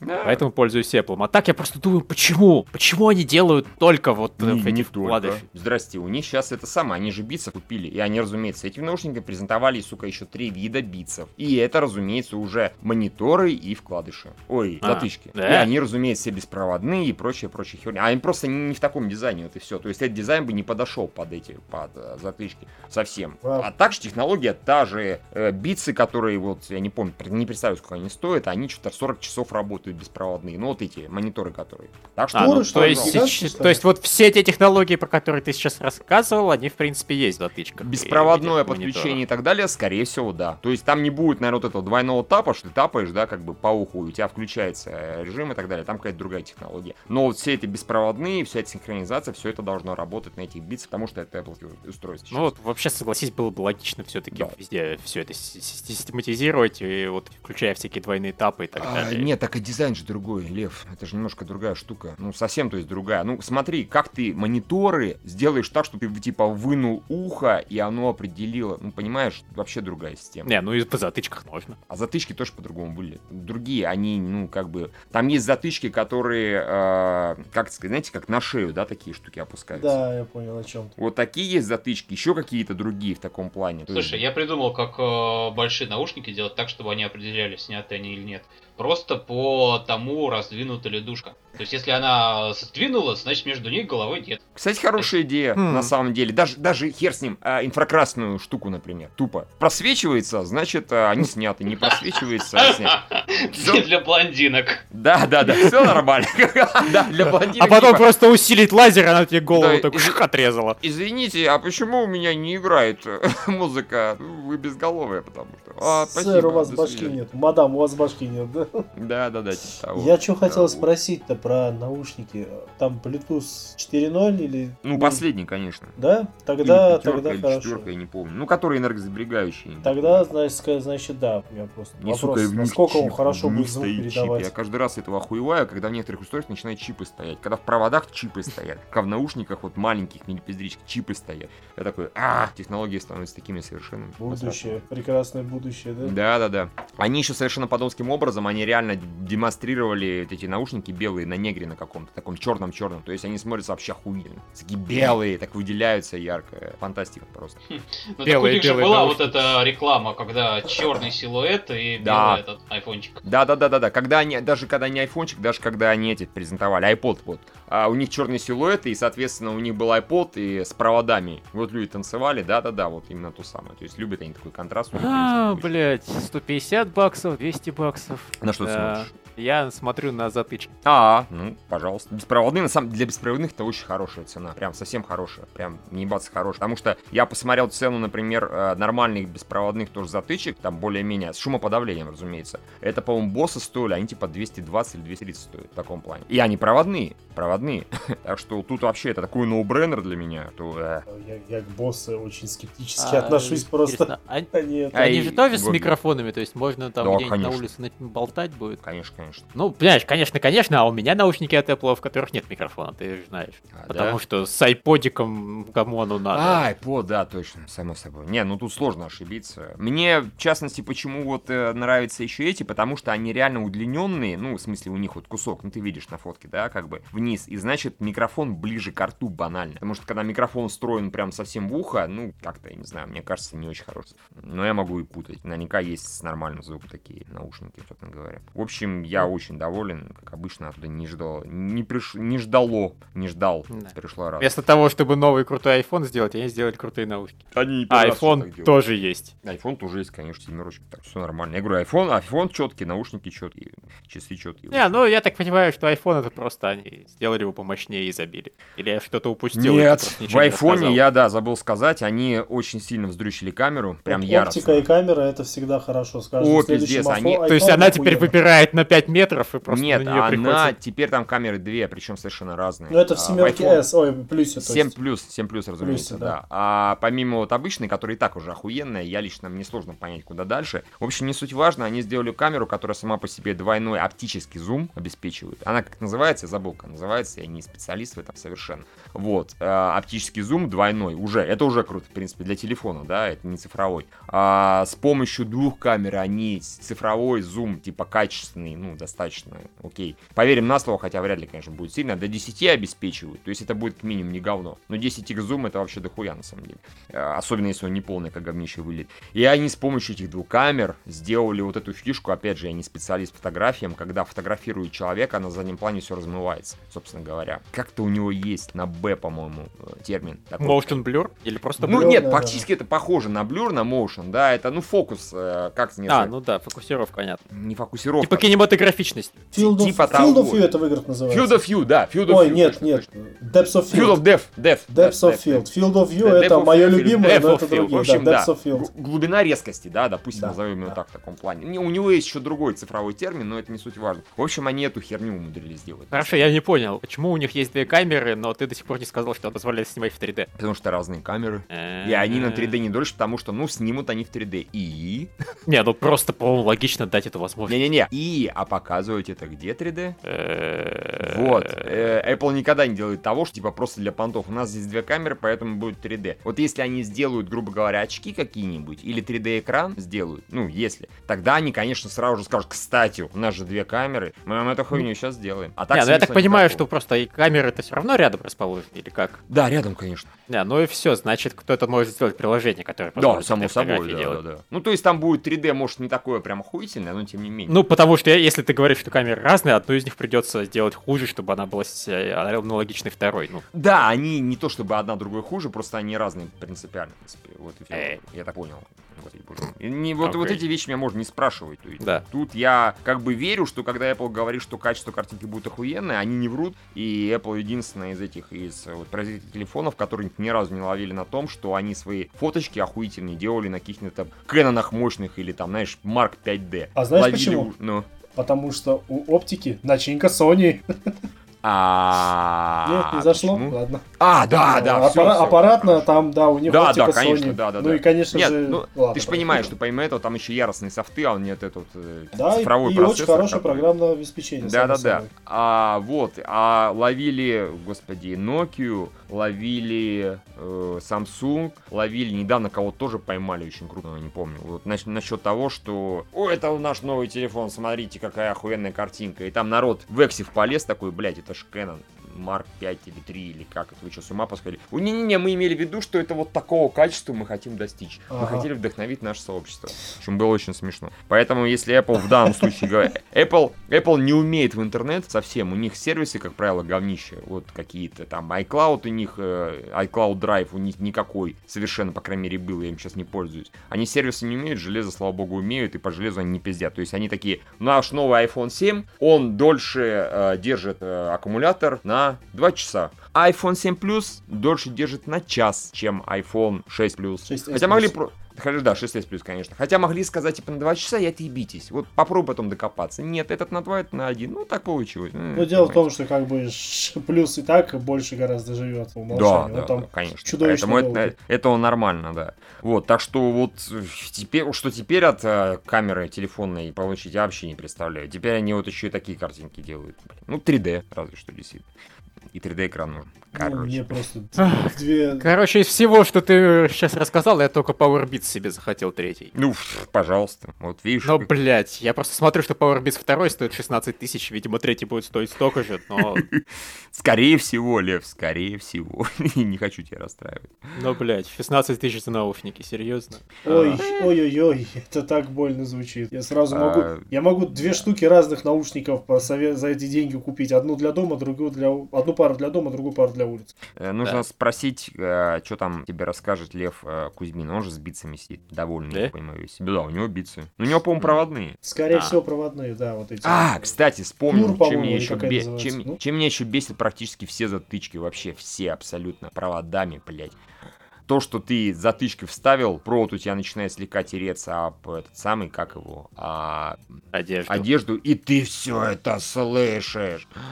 Speaker 4: Да.
Speaker 1: Поэтому пользуюсь Apple. А так я просто думаю, почему? Почему они делают только вот
Speaker 4: Не,
Speaker 1: в
Speaker 4: не
Speaker 1: этих
Speaker 4: только.
Speaker 1: вкладышах?
Speaker 4: Здрасте, у них сейчас это самое, они же битсы купили, и они, разумеется, этими наушниками презентовали, сука, еще три вида битсов. И это, разумеется, уже мониторы и вкладыши. Ой,
Speaker 1: А,
Speaker 4: затычки.
Speaker 1: да?
Speaker 4: И они, разумеется, все беспроводные и прочее, прочее херня. А они просто не, не в таком дизайне, вот и все. То есть этот дизайн бы не подошел под эти, под э, затычки совсем.
Speaker 2: Вау.
Speaker 4: А также технология та же. Э, битсы, которые, вот, я не помню, не представляю, сколько они стоят, они что-то сорок часов работают беспроводные. Ну, вот эти мониторы, которые. Так что,
Speaker 1: А, ну,
Speaker 2: Шторы, что
Speaker 1: то,
Speaker 2: ли,
Speaker 1: есть,
Speaker 2: гигантские,
Speaker 1: сеч-
Speaker 2: что
Speaker 1: то
Speaker 2: ли?
Speaker 1: есть вот все эти технологии, про которые ты сейчас рассказывал, они в принципе есть в затычках.
Speaker 4: беспроводное
Speaker 1: и в этих
Speaker 4: подключение и так далее, скорее всего, да. То есть там не будет, наверное, вот этого двойного тапа, что ты тапаешь, да, как бы по уху, и у тебя включается режим и так далее. Там какая-то другая технология. Но вот все эти беспроводные, вся эта синхронизация, все это должно работать на этих битсах, потому что это Apple устройство.
Speaker 1: Ну вот, вообще, согласись, было бы логично все-таки
Speaker 4: Да.
Speaker 1: везде все это си- си- систематизировать, и вот включая всякие двойные этапы и так
Speaker 4: А,
Speaker 1: далее.
Speaker 4: нет, так и дизайн же другой, Лев. Это же немножко другая штука. Ну, совсем, то есть, другая. Ну, смотри, как ты мониторы сделаешь так, что ты, типа, вынул ухо, и оно определило. Ну, понимаешь, вообще другая система.
Speaker 1: Не, ну и по затычках можно.
Speaker 4: А затычки тоже по-другому выглядят. Другие, они, ну, как бы... Там есть затычки, которые, э, как сказать, знаете, как на шею, да, такие штуки опускаются.
Speaker 2: Да, я понял, о чем ты.
Speaker 4: Вот такие есть затычки, еще какие-то другие в таком плане. То
Speaker 3: Слушай,
Speaker 4: есть-
Speaker 3: я придумал, как э, большие наушники делать так, чтобы они определяли, сняты они или нет. Просто по тому, раздвинута ли душка. То есть, если она сдвинулась, значит между них головой нет.
Speaker 4: Кстати, хорошая идея,
Speaker 1: Хм.
Speaker 4: на самом деле. Даже, даже хер с ним, а, инфракрасную штуку, например, тупо. Просвечивается, значит, а, они сняты. Не просвечивается, а сняты. Всё.
Speaker 3: Для блондинок.
Speaker 4: Да, да, да, все нормально. Да, для блондинок.
Speaker 1: А потом
Speaker 4: типа,
Speaker 1: просто усилить лазер, она тебе голову
Speaker 4: Да,
Speaker 1: так
Speaker 4: и-
Speaker 1: шик отрезала.
Speaker 4: Извините, а почему у меня не играет э, музыка? Вы безголовые, потому что. А,
Speaker 2: Сэр,
Speaker 4: спасибо,
Speaker 2: у вас
Speaker 4: до
Speaker 2: башки
Speaker 4: свидания.
Speaker 2: нет. Мадам, у вас башки нет, да?
Speaker 4: Да, да, да, типа того.
Speaker 2: Я что хотел
Speaker 4: Да,
Speaker 2: спросить-то про наушники. Там Bluetooth четыре ноль или...
Speaker 4: Ну, последний, конечно.
Speaker 2: Да? Тогда,
Speaker 4: Или пятерка,
Speaker 2: тогда
Speaker 4: или
Speaker 2: хорошо.
Speaker 4: четверка, я не помню. Ну, которые энергосберегающие.
Speaker 2: Тогда, значит, ска- значит, да. У меня просто
Speaker 4: Не,
Speaker 2: вопрос,
Speaker 4: сука, в них
Speaker 2: насколько он
Speaker 4: чип,
Speaker 2: хорошо
Speaker 4: в них
Speaker 2: будет звук
Speaker 4: стоит чип.
Speaker 2: передавать.
Speaker 4: Я каждый раз этого охуеваю, когда в некоторых устройствах начинают чипы стоять. Когда в проводах чипы стоят. Когда в наушниках вот маленьких мини-пиздричках чипы стоят. Я такой, а технологии становятся такими совершенными.
Speaker 2: Будущее, прекрасное будущее, да?
Speaker 4: Да, да, да. Они еще совершенно подобским образом, они реально демонстрировали эти наушники белые на негре на каком-то таком черном-черном. То есть они смотрятся вообще охуенно. Такие белые, так выделяются ярко. Фантастика просто.
Speaker 3: Ну так у
Speaker 1: Белые,
Speaker 3: них же
Speaker 1: белые
Speaker 3: была вот
Speaker 1: наушники.
Speaker 3: эта реклама, когда черный силуэт и белый
Speaker 4: Да.
Speaker 3: этот айфончик.
Speaker 4: Да, да, да, да, да. Когда они, даже когда не айфончик, даже когда они эти презентовали, iPod, вот. А у них черные силуэты, и, соответственно, у них был iPod и с проводами. Вот люди танцевали, да, да, да, вот именно то самое. То есть любят они такой контраст. у них, в
Speaker 1: А,
Speaker 4: принципе,
Speaker 1: блять, сто пятьдесят баксов, двести баксов.
Speaker 4: На что ты
Speaker 1: Да.
Speaker 4: смотришь?
Speaker 1: Я смотрю на затычки.
Speaker 4: А, ну, пожалуйста. Беспроводные, на самом для беспроводных это очень хорошая цена. Прям совсем хорошая. Прям не ебаться хорошая. Потому что я посмотрел цену, например, э, нормальных беспроводных тоже затычек, там более-менее, с шумоподавлением, разумеется. Это, по-моему, боссы стоили, они типа двести двадцать или двести тридцать стоят в таком плане. И они проводные, проводные. Так что тут вообще это такой ноу-бреннер для меня. То, э,
Speaker 2: Я, я к боссу очень скептически
Speaker 1: А,
Speaker 2: отношусь просто.
Speaker 1: интересно, а-
Speaker 2: А нет.
Speaker 4: А
Speaker 1: Они
Speaker 4: и-
Speaker 1: же тоже с
Speaker 4: вот.
Speaker 1: микрофонами, то есть можно там
Speaker 4: Да,
Speaker 1: где-нибудь на
Speaker 4: конечно.
Speaker 1: улице на- болтать будет.
Speaker 4: конечно, конечно.
Speaker 1: Ну, понимаешь, конечно, конечно, а у меня наушники от Apple, в которых нет микрофона, ты же знаешь.
Speaker 4: А,
Speaker 1: Потому
Speaker 4: да?
Speaker 1: что с айподиком кому оно надо.
Speaker 4: А, iPod, да, точно, само собой. Не, ну тут сложно ошибиться. Мне, в частности, почему вот э, нравятся еще эти, потому что они реально удлиненные, ну, в смысле, у них вот кусок, ну, ты видишь на фотке, да, как бы, вниз, и значит, микрофон ближе к рту банально. Потому что, когда микрофон встроен прям совсем в ухо, ну, как-то, я не знаю, мне кажется, не очень хороший. Но я могу и путать. Наверняка есть с нормальным звуком такие наушники, собственно говоря. В общем, я очень доволен, как обычно, оттуда не ждал, не, приш... не ждало, не ждал,
Speaker 1: Да.
Speaker 4: пришло раз.
Speaker 1: Вместо того, чтобы новый крутой iPhone сделать, они сделали крутые наушники.
Speaker 4: Они не
Speaker 1: А
Speaker 4: первый раз что-то
Speaker 1: iPhone
Speaker 4: так делают.
Speaker 1: тоже есть.
Speaker 4: iPhone тоже есть, конечно, семерочка. Так, все нормально. Я говорю, iPhone, iPhone четкий, наушники четкие, часы четкие.
Speaker 1: Не, ну я так понимаю, что iPhone это просто они сделали его помощнее и забили. Или я что-то упустил. и ты
Speaker 4: Нет,
Speaker 1: просто
Speaker 4: в
Speaker 1: ничего не
Speaker 4: айфоне
Speaker 1: рассказал.
Speaker 4: я, да, забыл сказать, они очень сильно вздрючили камеру, прям
Speaker 2: Вот
Speaker 4: яростно.
Speaker 2: Оптика и камера это всегда хорошо. С каждым
Speaker 4: О,
Speaker 2: следующим
Speaker 4: пиздец,
Speaker 2: айфо-
Speaker 4: они-
Speaker 1: То есть
Speaker 2: айфоном
Speaker 1: она теперь
Speaker 2: охуенно.
Speaker 1: выпирает на пять метров и просто
Speaker 4: Нет,
Speaker 1: на нее
Speaker 4: она,
Speaker 1: приходится...
Speaker 4: теперь там камеры две, причем совершенно разные.
Speaker 2: Ну это в
Speaker 4: А,
Speaker 2: семерке
Speaker 4: iPhone
Speaker 2: S, ой, плюсе, то
Speaker 4: семь
Speaker 2: есть.
Speaker 4: плюс, семь плюс, разумеется,
Speaker 2: Плюсе,
Speaker 4: да.
Speaker 2: да.
Speaker 4: А помимо вот обычной, которая и так уже охуенная, я лично, мне сложно понять, куда дальше. В общем, не суть важно, они сделали камеру, которая сама по себе двойной оптический зум обеспечивает. Она как называется, я забыл, как называется, я не специалист в этом совершенно. Вот, э, оптический зум двойной, уже, это уже круто, в принципе, для телефона, да, это не цифровой. А с помощью двух камер они цифровой зум, типа качественный, ну, ну, достаточно окей. Поверим на слово, хотя вряд ли, конечно, будет сильно. До десяти обеспечивают, то есть это будет к минимум не говно. Но десять икс зум это вообще дохуя, на самом деле. Особенно, если он не полный, как говнище выглядит. И они с помощью этих двух камер сделали вот эту фишку, опять же, я не специалист по фотографиям, когда фотографирует человека, на заднем плане все размывается, собственно говоря. Как-то у него есть на Б, по-моему, термин. Такой.
Speaker 1: Motion blur? Или просто
Speaker 4: Ну
Speaker 1: blur?
Speaker 4: нет,
Speaker 2: да,
Speaker 4: практически да. Это похоже на блюр, на motion, да, это, ну, фокус, как не
Speaker 1: А, ну да, фокусировка, понятно.
Speaker 4: Не фокусировка.
Speaker 1: Типа кинематографичность.
Speaker 2: Field of,
Speaker 4: типа
Speaker 2: Field
Speaker 4: того.
Speaker 2: of View это в играх называется.
Speaker 4: Field of View, да, Field of
Speaker 2: Ой,
Speaker 4: View.
Speaker 2: нет,
Speaker 4: точно,
Speaker 2: нет.
Speaker 4: точно.
Speaker 2: Depth of
Speaker 4: Field
Speaker 2: Field.
Speaker 4: of Depth, Depth.
Speaker 2: Depth of Field. Field of View
Speaker 4: Да,
Speaker 2: это
Speaker 4: Depth of
Speaker 2: мое
Speaker 4: Field,
Speaker 2: любимое,
Speaker 4: Depth
Speaker 2: но
Speaker 4: of
Speaker 2: это
Speaker 4: Field.
Speaker 2: другие.
Speaker 4: В общем,
Speaker 2: Да,
Speaker 4: да.
Speaker 2: Depth of Field.
Speaker 4: Г- Глубина резкости, да, допустим,
Speaker 2: Да,
Speaker 4: назовем его
Speaker 2: да.
Speaker 4: так в таком плане. Не, у него есть еще другой цифровой термин, но это не суть важно. В общем, они эту херню умудрились сделать.
Speaker 1: Хорошо, я не понял, почему у них есть две камеры, но ты до сих пор не сказал, что позволяет снимать в три дэ.
Speaker 4: Потому что разные камеры. И они на три дэ не дольше, потому что, ну, снимут они в три дэ. И...
Speaker 1: Не, ну просто, по-моему, логично дать эту возможность.
Speaker 4: Не-не-не. И, а показывать это где три дэ?
Speaker 1: Э,
Speaker 4: Вот. Э, Apple никогда не делает того, что типа просто для понтов. У нас здесь две камеры, поэтому будет три дэ. Вот если они сделают, грубо говоря, очки какие-нибудь, или три дэ экран сделают, ну, если, тогда они, конечно, сразу же скажут, кстати, у нас же две камеры, мы вам эту хуйню сейчас сделаем. А так
Speaker 1: Не, ну я так
Speaker 4: смысла
Speaker 1: понимаю,
Speaker 4: никакого.
Speaker 1: что просто и камеры-то все равно рядом расположены, или как?
Speaker 4: Да, рядом, конечно.
Speaker 1: Не, ну и все, значит, кто-то может сделать приложение, которое
Speaker 4: Да,
Speaker 1: позволит
Speaker 4: само
Speaker 1: этой
Speaker 4: собой,
Speaker 1: фотографии
Speaker 4: да,
Speaker 1: делать.
Speaker 4: да, да. Ну, то есть там будет три дэ, может, не такое прям охуительное, но тем не менее.
Speaker 1: Ну, потому что я- если ты говоришь, что камеры разные, одну из них придется сделать хуже, чтобы она была с- э, аналогичной второй. Ну,
Speaker 4: Да, они не то чтобы одна другой хуже, просто они разные принципиально, в принципе. Вот и всё.
Speaker 1: Эй.
Speaker 4: Я так понял. Господи, боже мой. И не, вот, вот
Speaker 1: Окей.
Speaker 4: эти вещи меня можно не спрашивать. То есть
Speaker 1: Да.
Speaker 4: Тут я как бы верю, что когда Apple говорит, что качество картинки будет охуенное, они не врут. И Apple единственная из этих, из вот, производителей телефонов, которые ни разу не ловили на том, что они свои фоточки охуительные делали на каких-то там Кэнонах мощных или там, знаешь, Марк пять дэ.
Speaker 2: А знаешь
Speaker 4: Ловили
Speaker 2: почему?
Speaker 4: у- Ну.
Speaker 2: Потому что у оптики начинка Sony.
Speaker 4: А.
Speaker 2: Нет, не зашло?
Speaker 4: почему?
Speaker 2: Ладно.
Speaker 4: А, да, да,
Speaker 2: Аппара-
Speaker 4: всё, всё.
Speaker 2: Аппаратно там, да, у них
Speaker 4: Да,
Speaker 2: оптика
Speaker 4: да, конечно,
Speaker 2: Sony.
Speaker 4: да, да,
Speaker 2: Ну
Speaker 4: да.
Speaker 2: и, конечно
Speaker 4: Нет,
Speaker 2: же...
Speaker 4: ну,
Speaker 2: ладно,
Speaker 4: ты же
Speaker 2: прошу.
Speaker 4: понимаешь, что помимо этого там еще яростные софты, а нет этот э,
Speaker 2: Да, и,
Speaker 4: цифровой
Speaker 2: и
Speaker 4: процессор.
Speaker 2: очень хорошее
Speaker 4: который-
Speaker 2: программное обеспечение.
Speaker 4: Да, да,
Speaker 2: само
Speaker 4: да.
Speaker 2: собой.
Speaker 4: А вот, а ловили, господи, Nokia, ловили э, Samsung, ловили недавно кого-то тоже поймали очень крупного, не помню. Вот нач- насчет того, что, о, это наш новый телефон, смотрите, какая охуенная картинка. И там народ в Эксив полез такой, блядь, это ж Canon. Марк пять или три, или как это, вы что, с ума посходили? У Не-не-не, мы имели в виду, что это вот такого качества мы хотим достичь. Мы
Speaker 2: Ага.
Speaker 4: хотели вдохновить наше сообщество. В общем, было очень смешно. Поэтому, если Apple в данном случае говорит... Apple, Apple не умеет в интернет совсем. У них сервисы, как правило, говнище. Вот какие-то там iCloud у них, э, iCloud Drive у них никакой. Совершенно, по крайней мере, был, я им сейчас не пользуюсь. Они сервисы не умеют, железо, слава богу, умеют, и по железу они не пиздят. То есть они такие, наш новый айфон семь, он дольше э, держит э, аккумулятор на два часа. iPhone семь Plus дольше держит на час, чем iPhone шесть Plus.
Speaker 2: шесть эс
Speaker 4: Хотя могли...
Speaker 2: плюс.
Speaker 4: Про... Хотя, да, шесть эс Plus, конечно. Хотя могли сказать, типа, на два часа и отъебитесь. Вот попробуй потом докопаться. Нет, этот на два, это на один. Ну, так получилось.
Speaker 2: Но дело в том, что как бы ш- плюс и так больше гораздо живет по
Speaker 4: Да,
Speaker 2: умолчанию.
Speaker 4: да,
Speaker 2: Он там
Speaker 4: да, конечно.
Speaker 2: чудовищно
Speaker 4: Поэтому
Speaker 2: долго.
Speaker 4: это, это нормально, да. Вот, так что вот э, теперь, что теперь от э, камеры телефонной получить, я вообще не представляю. Теперь они вот еще и такие картинки делают. Блин. Ну, три дэ, разве что действительно. И три дэ экран нужен.
Speaker 2: Ну,
Speaker 4: Короче.
Speaker 2: мне просто
Speaker 1: Ах,
Speaker 2: две...
Speaker 1: короче, из всего, что ты сейчас рассказал, я только Power себе захотел третий.
Speaker 4: Ну, ф, пожалуйста. Вот видишь.
Speaker 1: Но,
Speaker 4: как-
Speaker 1: блядь, я просто смотрю, что Power второй стоит шестнадцать тысяч, видимо, третий будет стоить столько же, но,
Speaker 4: Скорее всего, Лев, скорее всего. Не хочу тебя расстраивать.
Speaker 1: но, блядь, шестнадцать тысяч за наушники, серьезно?
Speaker 2: Ой, ой-ой-ой, это так больно звучит. Я сразу могу...
Speaker 4: А,
Speaker 2: Я могу две штуки разных наушников по сове- за эти деньги купить. Одну для дома, другую для... у- Одну пару для дома, другую пару для улицы.
Speaker 4: Э, Нужно
Speaker 1: Да.
Speaker 4: спросить, э, что там тебе расскажет Лев э, Кузьмин. Он же с битсами сидит, довольный,
Speaker 1: Да?
Speaker 4: я понимаю, весь. Да, у него битсы. Ну, у него, по-моему, проводные.
Speaker 2: Скорее
Speaker 1: А.
Speaker 2: всего, проводные, да, вот эти.
Speaker 4: А, кстати, вспомнил,
Speaker 2: Тур,
Speaker 4: чем
Speaker 2: по-моему,
Speaker 4: меня
Speaker 2: или
Speaker 4: еще,
Speaker 2: как это
Speaker 4: бе-
Speaker 2: называется,
Speaker 4: чем,
Speaker 2: ну?
Speaker 4: чем меня еще бесит практически все затычки, вообще все абсолютно, проводами, блядь. То, что ты затычкой вставил, провод у тебя начинает слегка тереться об этот самый, как его, а,
Speaker 1: Одежду.
Speaker 4: одежду, и ты все это слышишь.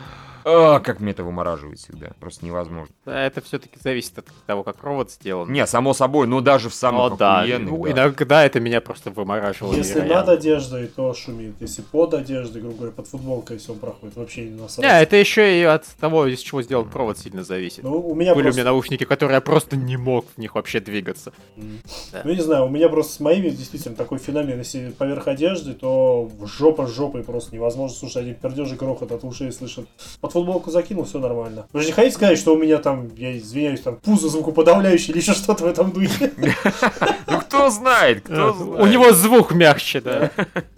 Speaker 4: А, как меня это вымораживает всегда. Просто невозможно.
Speaker 1: Да, это все-таки зависит от того, как провод сделан.
Speaker 4: Не, само собой, но даже в самых
Speaker 1: О, да.
Speaker 4: охуенных,
Speaker 1: Ну,
Speaker 4: да.
Speaker 1: иногда это меня просто вымораживало.
Speaker 2: Если
Speaker 1: невероятно.
Speaker 2: над одеждой, то шумит. Если под одеждой, грубо говоря, под футболкой, все он проходит. Вообще не насрать.
Speaker 1: Не, это еще и от того, из чего сделан провод, сильно зависит.
Speaker 2: Ну, у меня
Speaker 1: Были
Speaker 2: просто...
Speaker 1: у меня наушники, которые я просто не мог в них вообще двигаться.
Speaker 2: М.
Speaker 1: Да.
Speaker 2: Ну, я не знаю, у меня просто с моими действительно такой феномен. Если поверх одежды, то жопа с жопой просто невозможно. Слушай, один пердеж и грохот от ушей слышен. Под футболку закинул, все нормально. Вы же не хотите сказать, что у меня там, я извиняюсь, там пузо звукоподавляющее или еще что-то в этом духе?
Speaker 4: Ну кто знает, кто знает.
Speaker 1: У него звук мягче, да.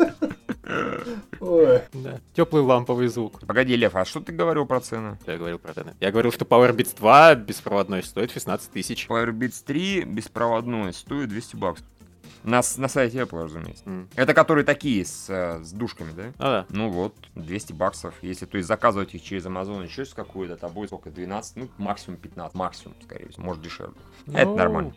Speaker 2: Ой.
Speaker 1: Теплый ламповый звук.
Speaker 4: Погоди, Лев, а что ты говорил про цены?
Speaker 1: Что я говорил про это? Я говорил, что PowerBeats два беспроводной стоит шестнадцать тысяч.
Speaker 4: PowerBeats три беспроводной стоит двести баксов. На, с- на сайте Apple, разумеется.
Speaker 1: М.
Speaker 4: Это которые такие, с, э, с душками, да?
Speaker 1: Ну да.
Speaker 4: Ну вот, двести баксов. Если, то есть, заказывать их через Amazon еще с какую-то, то будет сколько, двенадцать, ну, максимум пятнадцать, максимум, скорее всего, может дешевле. Это
Speaker 1: Ну,
Speaker 4: нормально.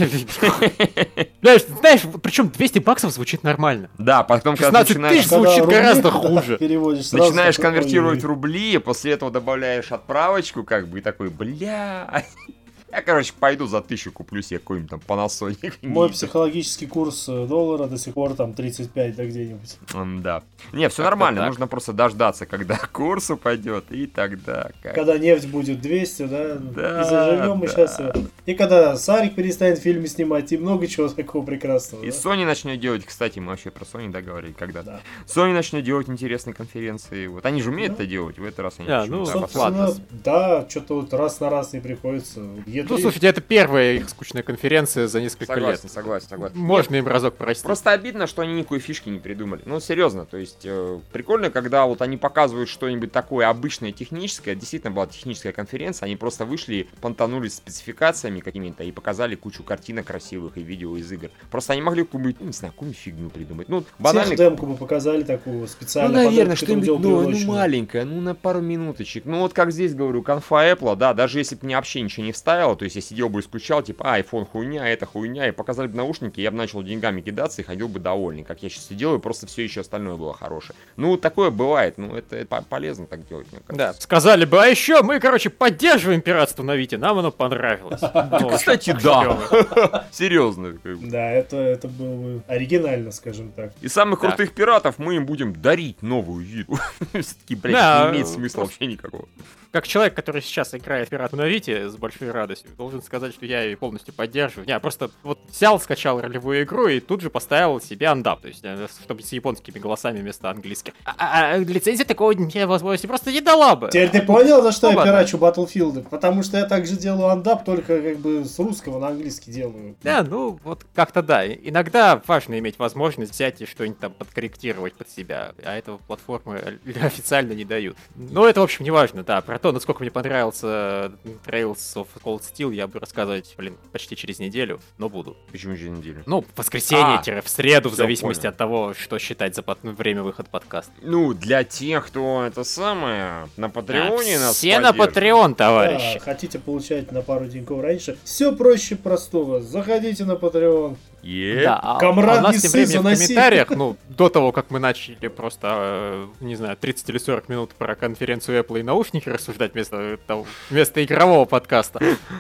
Speaker 1: Знаешь, знаешь, причем двести баксов звучит нормально.
Speaker 4: Да, потом, когда ты
Speaker 1: шестнадцать
Speaker 4: начинаешь,
Speaker 1: тысяч звучит
Speaker 2: Когда
Speaker 1: гораздо
Speaker 2: рубли
Speaker 1: хуже.
Speaker 2: переводишь сразу
Speaker 4: начинаешь
Speaker 2: такой,
Speaker 4: конвертировать в
Speaker 2: ой-ой-ой.
Speaker 4: рубли, после этого добавляешь отправочку, как бы, и такой, бля... Я, короче, пойду за тысячу куплю себе какой-нибудь там Panasonic.
Speaker 2: Мой психологический курс э, доллара до сих пор там тридцать пять, да где-нибудь.
Speaker 4: М, Да. Не, все
Speaker 1: Как-то
Speaker 4: нормально,
Speaker 1: так.
Speaker 4: нужно просто дождаться, когда курс упадет, и тогда... Как...
Speaker 2: Когда нефть будет двести, да,
Speaker 4: Да,
Speaker 2: и заживем мы
Speaker 4: да.
Speaker 2: сейчас. И когда Сарик перестанет фильмы снимать, и много чего такого прекрасного.
Speaker 4: И
Speaker 2: да?
Speaker 4: Sony начнет делать, кстати, мы вообще про Sony договорили когда-то.
Speaker 2: Да.
Speaker 4: Sony начнет делать интересные конференции. Вот они же умеют это делать, в этот раз они
Speaker 1: А,
Speaker 4: почему-то
Speaker 1: ну,
Speaker 4: обосрались.
Speaker 1: собственно,
Speaker 2: Собственно, да, что-то вот раз на раз не приходится. Е три.
Speaker 1: Ну, слушайте, это первая их скучная конференция за несколько
Speaker 4: Согласен,
Speaker 1: лет.
Speaker 4: согласен, согласен.
Speaker 1: Можно им разок простить.
Speaker 4: Просто обидно, что они никакой фишки не придумали. Ну, серьезно, то есть, э, прикольно, когда вот они показывают что-нибудь такое обычное, техническое. Действительно была техническая конференция, они просто вышли, понтанулись спецификациями какими-то и показали кучу картинок красивых и видео из игр. Просто они могли какую-нибудь, ну, не знаю, какую-нибудь фигню придумать. Ну, банально.
Speaker 2: Техдемку бы показали такую
Speaker 4: Ну,
Speaker 2: специально.
Speaker 4: наверное,
Speaker 2: под эту, которую
Speaker 4: что-нибудь
Speaker 2: делал
Speaker 4: ну, ну,
Speaker 2: приуроченную.
Speaker 4: маленькое, ну, на пару минуточек. Ну, вот как здесь говорю, конфа Apple, да, даже если бы мне вообще ничего не вставило, то есть я сидел бы и скучал, типа, а, iPhone хуйня, это хуйня, и показали бы наушники, я бы начал деньгами кидаться и ходил бы довольный, как я сейчас и делаю, просто все еще остальное было хорошее. Ну, такое бывает, ну, это, это полезно так делать, мне
Speaker 1: Да,
Speaker 4: кажется.
Speaker 1: сказали бы, а еще мы, короче, поддерживаем пиратство на Вите, нам оно понравилось. Ну,
Speaker 4: Кстати,
Speaker 1: так
Speaker 4: да.
Speaker 1: клёво.
Speaker 4: Серьезно. как бы.
Speaker 2: Да, это, это было бы оригинально, скажем так.
Speaker 4: И самых
Speaker 1: Да.
Speaker 4: крутых пиратов мы им будем дарить новую еду. Все-таки, блядь,
Speaker 1: Да,
Speaker 4: не имеет смысла
Speaker 1: просто-
Speaker 4: вообще никакого.
Speaker 1: Как человек, который сейчас играет в пирату на Вите с большой радостью, должен сказать, что я ее полностью поддерживаю. Не, я просто вот взял, скачал ролевую игру и тут же поставил себе андап, то есть э, чтобы с японскими голосами вместо английских. А, а- а лицензия такого не возможности просто не дала бы.
Speaker 2: Теперь ты понял, за что
Speaker 1: Ну,
Speaker 2: я
Speaker 1: ладно.
Speaker 2: пирачу Battlefield? Потому что я также делаю андап, только как бы с русского на английский делаю.
Speaker 1: Да, ну вот как-то да. И- Иногда важно иметь возможность взять и что-нибудь там подкорректировать под себя, а этого платформы официально не дают. Но это, в общем, не важно, да. Про то, насколько мне понравился Trails of Cold Steel, я буду рассказывать, блин, почти через неделю, но буду.
Speaker 4: Почему через неделю?
Speaker 1: Ну, в воскресенье,
Speaker 4: А,
Speaker 1: в среду, в
Speaker 4: всё,
Speaker 1: зависимости
Speaker 4: понял.
Speaker 1: от того, что считать за под- время выхода подкаста.
Speaker 4: Ну, для тех, кто это самое, на Патреоне
Speaker 1: Да,
Speaker 4: нас
Speaker 1: все на
Speaker 4: поддерживает.
Speaker 1: Patreon, товарищи.
Speaker 2: Да, хотите получать на пару деньков раньше? Все проще простого. Заходите на Patreon.
Speaker 4: Е.
Speaker 1: Да, а,
Speaker 2: Камрад
Speaker 1: а у нас
Speaker 2: не
Speaker 1: тем
Speaker 2: ссы,
Speaker 1: временем в
Speaker 2: заноси.
Speaker 1: комментариях, ну, до того, как мы начали просто, э, не знаю, тридцать или сорок минут про конференцию Apple и наушники рассуждать вместо, того- вместо игрового подкаста.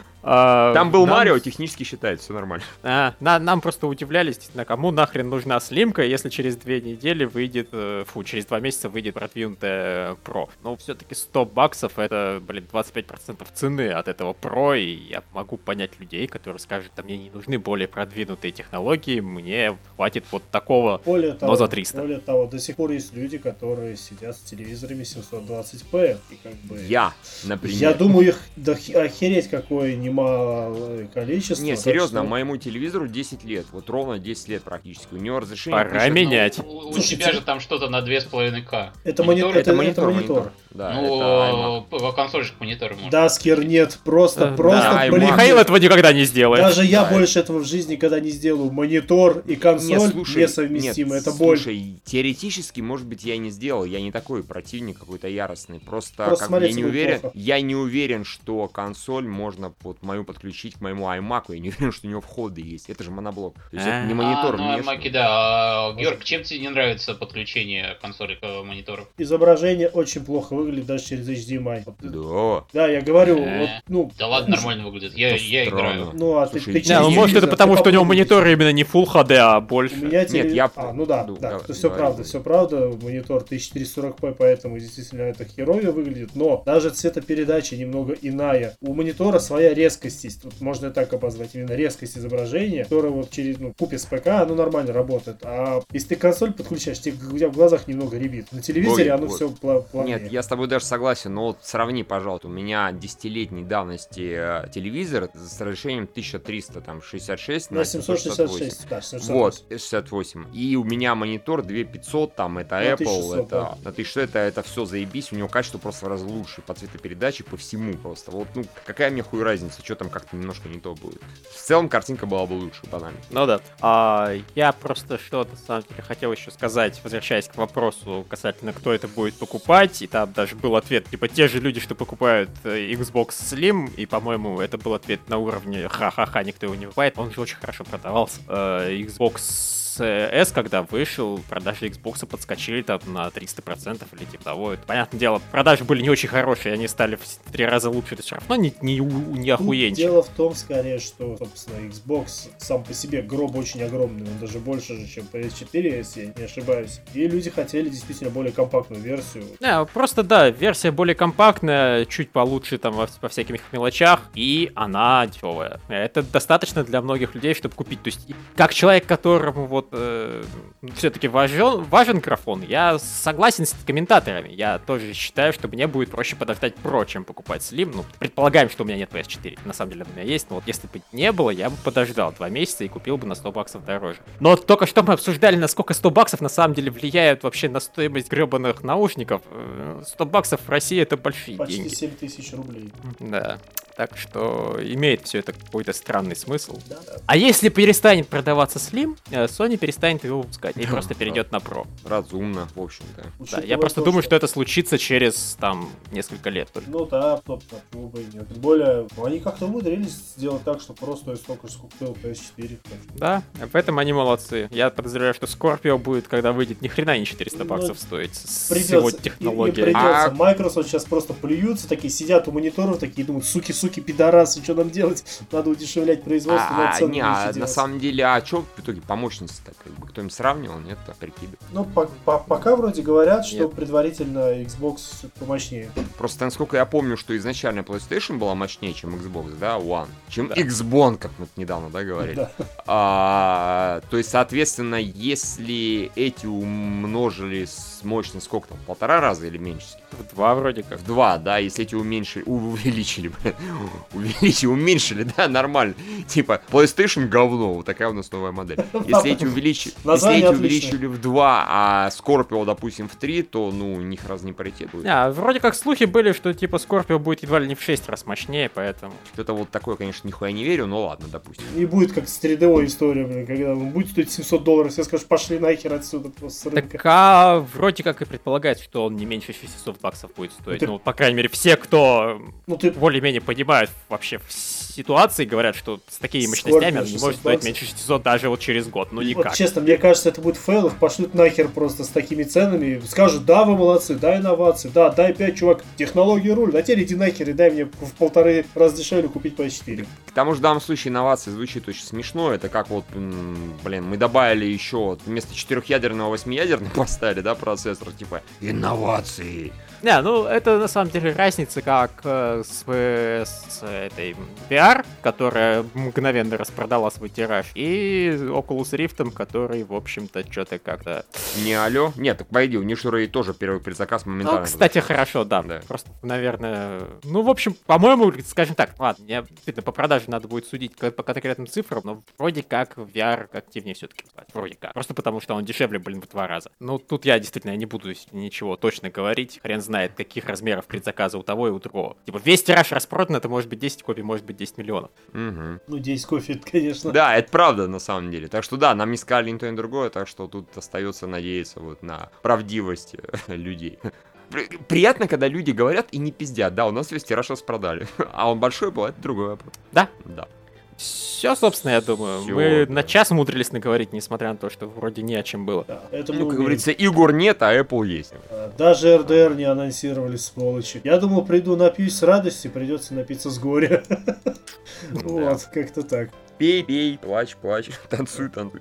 Speaker 1: а,
Speaker 4: Там был
Speaker 1: нам-
Speaker 4: Марио, технически считается, все нормально.
Speaker 1: А, на- нам просто удивлялись, действительно, кому нахрен нужна слимка, если через две недели выйдет, э, фу, через два месяца выйдет продвинутая Pro. Но все-таки сто баксов это, блин, двадцать пять процентов цены от этого Pro, и я могу понять людей, которые скажут, да мне не нужны более продвинутые технологии, мне хватит вот такого.
Speaker 2: Более того,
Speaker 1: за триста.
Speaker 2: более того, до сих пор есть люди, которые сидят с телевизорами семьсот двадцать пэ. И как бы...
Speaker 4: Я, например.
Speaker 2: Я думаю, их да хи- охереть какое немалое количество.
Speaker 4: Не,
Speaker 2: так
Speaker 4: серьезно,
Speaker 2: что-
Speaker 4: моему телевизору десять лет, вот ровно десять лет практически. У него разрешение...
Speaker 1: Пора
Speaker 4: тысяча-
Speaker 1: менять.
Speaker 3: Ну, у, у
Speaker 2: Слушайте,
Speaker 3: тебя же там что-то на две с половиной ка.
Speaker 2: Это монитор, это,
Speaker 4: Это монитор,
Speaker 2: монитор.
Speaker 4: монитор. Да, это
Speaker 3: Ну, в консоли же монитор можно.
Speaker 2: Даскер нет, просто,
Speaker 1: Э,
Speaker 2: просто,
Speaker 4: да,
Speaker 2: блин.
Speaker 1: Михаил этого никогда не сделает.
Speaker 2: Даже я
Speaker 4: Да,
Speaker 2: больше этого в жизни никогда не сделаю. Монитор и консоль
Speaker 4: Не, слушай,
Speaker 2: несовместимы.
Speaker 4: нет,
Speaker 2: Это более
Speaker 4: Слушай, теоретически, может быть, я и не сделал. Я не такой противник какой-то яростный. Просто,
Speaker 2: Просто
Speaker 4: как бы, я
Speaker 2: смотрите,
Speaker 4: не
Speaker 2: будет
Speaker 4: уверен.
Speaker 2: плохо.
Speaker 4: Я не уверен, что консоль можно вот мою подключить к моему iMac. Я не уверен, что у него входы есть. Это же моноблок. То есть это не монитор
Speaker 3: А, ну,
Speaker 4: внешний.
Speaker 3: iMac, да. А, Георг, чем тебе не нравится подключение консоли к монитору?
Speaker 2: Изображение очень плохо выглядит даже через эйч ди эм ай. Вот,
Speaker 4: Да.
Speaker 2: Да, я говорю,
Speaker 3: Э,
Speaker 2: вот, ну...
Speaker 3: Да ладно, нормально выглядит. Я,
Speaker 4: Это
Speaker 3: я
Speaker 4: странно.
Speaker 3: играю.
Speaker 2: Ну, а ты,
Speaker 4: Слушай,
Speaker 2: ты
Speaker 4: не,
Speaker 2: через
Speaker 1: Не, ну может это
Speaker 2: телевизор,
Speaker 1: потому,
Speaker 2: ты
Speaker 1: что у него
Speaker 2: попробуй.
Speaker 1: монитор именно не Full эйч ди, а
Speaker 2: У
Speaker 1: больше.
Speaker 2: меня теле-
Speaker 4: Нет, я-
Speaker 2: А, ну да,
Speaker 4: ну,
Speaker 2: да,
Speaker 4: да,
Speaker 2: это все
Speaker 4: говори,
Speaker 2: правда,
Speaker 4: говори.
Speaker 2: все правда. Монитор тысяча четыреста сорок пэ, поэтому действительно это херовее выглядит. Но даже цветопередача немного иная. У монитора своя резкость есть. Тут можно и так обозвать именно резкость изображения, которая вот через, ну, купе с ПК, оно нормально работает. А если ты консоль подключаешь, тебе, у тебя в глазах немного ребит. На телевизоре
Speaker 4: Ой,
Speaker 2: оно
Speaker 4: вот.
Speaker 2: все плавнее.
Speaker 4: Нет, я с тобой даже согласен, но вот сравни, пожалуйста, у меня десятилетней давности э, телевизор с разрешением тысяча триста шестьдесят шесть на
Speaker 2: На семьсот шестьдесят
Speaker 4: семьсот
Speaker 2: шесть, да, семьсот шестьдесят
Speaker 4: Вот,
Speaker 2: восемь.
Speaker 4: шестьдесят восемь. И у меня монитор две тысячи пятьсот, там, это
Speaker 2: На
Speaker 4: Apple,
Speaker 2: тысяча шестьсот,
Speaker 4: это...
Speaker 2: да.
Speaker 4: На тысяча шестьсот, это, это все заебись, у него качество просто в раз лучше по цветопередаче, по всему просто. Вот, ну, какая мне хуй разница, что там как-то немножко не то будет. В целом, картинка была бы лучше, банально.
Speaker 1: Ну да. А, я просто что на самом деле хотел еще сказать, возвращаясь к вопросу касательно, кто это будет покупать, и там даже был ответ, типа, те же люди, что покупают э, Xbox Slim, и, по-моему, это был ответ на уровне ха-ха-ха, никто его не покупает, он же очень хорошо продавался. Э, Xbox S, когда вышел, продажи Xbox подскочили там на триста процентов или типа того. Это, понятное дело, продажи были не очень хорошие, они стали в три раза лучше, это все равно не, не, не
Speaker 2: Тут
Speaker 1: охуенчик.
Speaker 2: дело в том, скорее, что, собственно, Xbox сам по себе гроб очень огромный, он даже больше же, чем пи эс четыре, если я не ошибаюсь. И люди хотели действительно более компактную версию.
Speaker 1: Не, просто да, версия более компактная, чуть получше там во, во всяких мелочах, и она дешевая. Это достаточно для многих людей, чтобы купить. То есть, как человек, которому вот э, все-таки важен, важен графон, я согласен с комментаторами. Я тоже считаю, что мне будет проще подождать Pro, чем покупать Slim. Ну, предполагаем, что у меня нет пи эс четыре. На самом деле у меня есть, но вот если бы не было, я бы подождал два месяца и купил бы на сто баксов дороже. Но вот только что мы обсуждали, насколько сто баксов на самом деле влияют вообще на стоимость гребаных наушников. сто баксов в России это большие
Speaker 2: Почти
Speaker 1: деньги.
Speaker 2: семь тысяч рублей.
Speaker 1: Да. Так что имеет все это какой-то странный смысл.
Speaker 2: Да, да.
Speaker 1: А если перестанет продаваться Slim, э, Sony перестанет его выпускать и просто перейдет на Pro.
Speaker 4: Разумно, в общем-то.
Speaker 1: Да,
Speaker 2: Учитывая
Speaker 1: я просто
Speaker 2: то,
Speaker 1: думаю, что это случится через там несколько лет только.
Speaker 2: Ну да, собственно, почему бы и нет. Тем более, ну, они как-то умудрились сделать так, что просто стоит столько же, сколько стоил пи эс четыре.
Speaker 1: Да, в этом они молодцы. Я подозреваю, что Scorpio будет, когда выйдет, ни хрена не четыреста
Speaker 2: Ну,
Speaker 1: баксов стоить с его
Speaker 2: Придется, им, им
Speaker 1: технологией.
Speaker 2: придется.
Speaker 4: А-
Speaker 2: Microsoft сейчас просто плюются, такие сидят у мониторов, такие думают, суки-суки, пидорасы, что нам делать? Надо удешевлять производство,
Speaker 4: А,
Speaker 2: надо цены
Speaker 4: не,
Speaker 2: меньше
Speaker 4: а на
Speaker 2: делать.
Speaker 4: самом деле, а что в итоге по мощности-то? Как бы кто-нибудь сравнивал, нет? Так прикидывай.
Speaker 2: Ну, по- по- пока вроде говорят, что
Speaker 4: Нет.
Speaker 2: предварительно Xbox помощнее.
Speaker 4: Просто, насколько я помню, что изначально PlayStation была мощнее, чем Xbox, да, One. Чем
Speaker 1: Да.
Speaker 4: Xbox, как мы недавно, да, говорили.
Speaker 2: Да.
Speaker 4: А, то есть, соответственно, если эти умножили с мощность сколько там, полтора раза или меньше?
Speaker 1: В два вроде как.
Speaker 4: В два, да, если эти уменьшили, увеличили, блин, увеличили, уменьшили, да, нормально. Типа, PlayStation говно, вот такая у нас новая модель. Если эти увеличили, если
Speaker 2: Название
Speaker 4: эти
Speaker 2: отличное.
Speaker 4: увеличили в два, а Scorpio, допустим, в три, то, ну, у них раз не паритет будет.
Speaker 1: А, вроде как слухи были, что типа Scorpio будет едва ли не в шесть раз мощнее, поэтому...
Speaker 4: Что-то вот такое, конечно, нихуя не верю, но ладно, допустим.
Speaker 2: И будет как с три дэ о история, блин, когда он будет стоить семьсот долларов, все скажут, пошли нахер отсюда просто с рынка.
Speaker 1: Так, а вроде как и предполагается, что он не меньше шестисот баксов будет стоить.
Speaker 2: Ты-
Speaker 1: Ну, по крайней мере, все, кто
Speaker 2: Ну ты
Speaker 1: более-менее понимают вообще в ситуации, говорят, что с такими мощностями он не
Speaker 2: шестьсот
Speaker 1: может стоить
Speaker 2: баксов.
Speaker 1: меньше шестисот даже вот через год. Ну, никак.
Speaker 2: вот честно, мне кажется, это будет фейл, их пошлют нахер просто с такими ценами, скажут, да, вы молодцы, да, инновации, да, дай пять, чувак, технологии руль, а теперь иди нахер и дай мне в полторы раза дешевле купить пи эс четыре.
Speaker 4: К тому же в данном случае инновации звучит очень смешно. Это как вот, м, блин, мы добавили еще вот вместо четырехъядерного восьмиядерный поставили, да, процессор, типа инновации.
Speaker 1: Не, ну это на самом деле разница как э, с, э, с этой ви ар, которая мгновенно распродала свой тираж, и Oculus Rift, который, в общем-то, что-то как-то...
Speaker 4: Не алло? Нет, так пойди, у них же и тоже первый предзаказ моментально.
Speaker 1: Ну, кстати, хорошо, да.
Speaker 4: Да.
Speaker 1: Просто, наверное... Ну, в общем, по-моему, скажем так, ладно, мне действительно по продаже надо будет судить к- по конкретным цифрам, но вроде как ви ар активнее все-таки. Вроде как. Просто потому, что он дешевле, блин, в два раза. Ну, тут я действительно не буду ничего точно говорить. Хрен знает, каких размеров предзаказа у того и у другого. Типа, весь тираж распродан, это это может быть десять копий, может быть десять миллионов.
Speaker 4: Угу.
Speaker 2: Ну, десять кофе, это, конечно.
Speaker 4: Да, это правда на самом деле. Так что да, нам не сказали ни то, ни другое, так что тут остается надеяться вот на правдивость людей. Приятно, когда люди говорят и не пиздят. Да, у нас весь тираж распродали. А он большой был, это другой вопрос.
Speaker 1: Да?
Speaker 4: Да.
Speaker 1: Все, собственно, я думаю.
Speaker 4: Всё,
Speaker 1: мы
Speaker 4: да.
Speaker 1: на час умудрились наговорить, несмотря на то, что вроде не о чем было.
Speaker 2: Да, это мы
Speaker 4: Ну, как
Speaker 2: умеем.
Speaker 4: говорится, игр нет, а Apple есть.
Speaker 2: А, Даже эр дэ эр не анонсировали, сволочи. Я думал, приду напьюсь с радости, придется напиться с горя. Вот, как-то так.
Speaker 4: Пей, пей, плачь, плачь, танцуй, танцуй.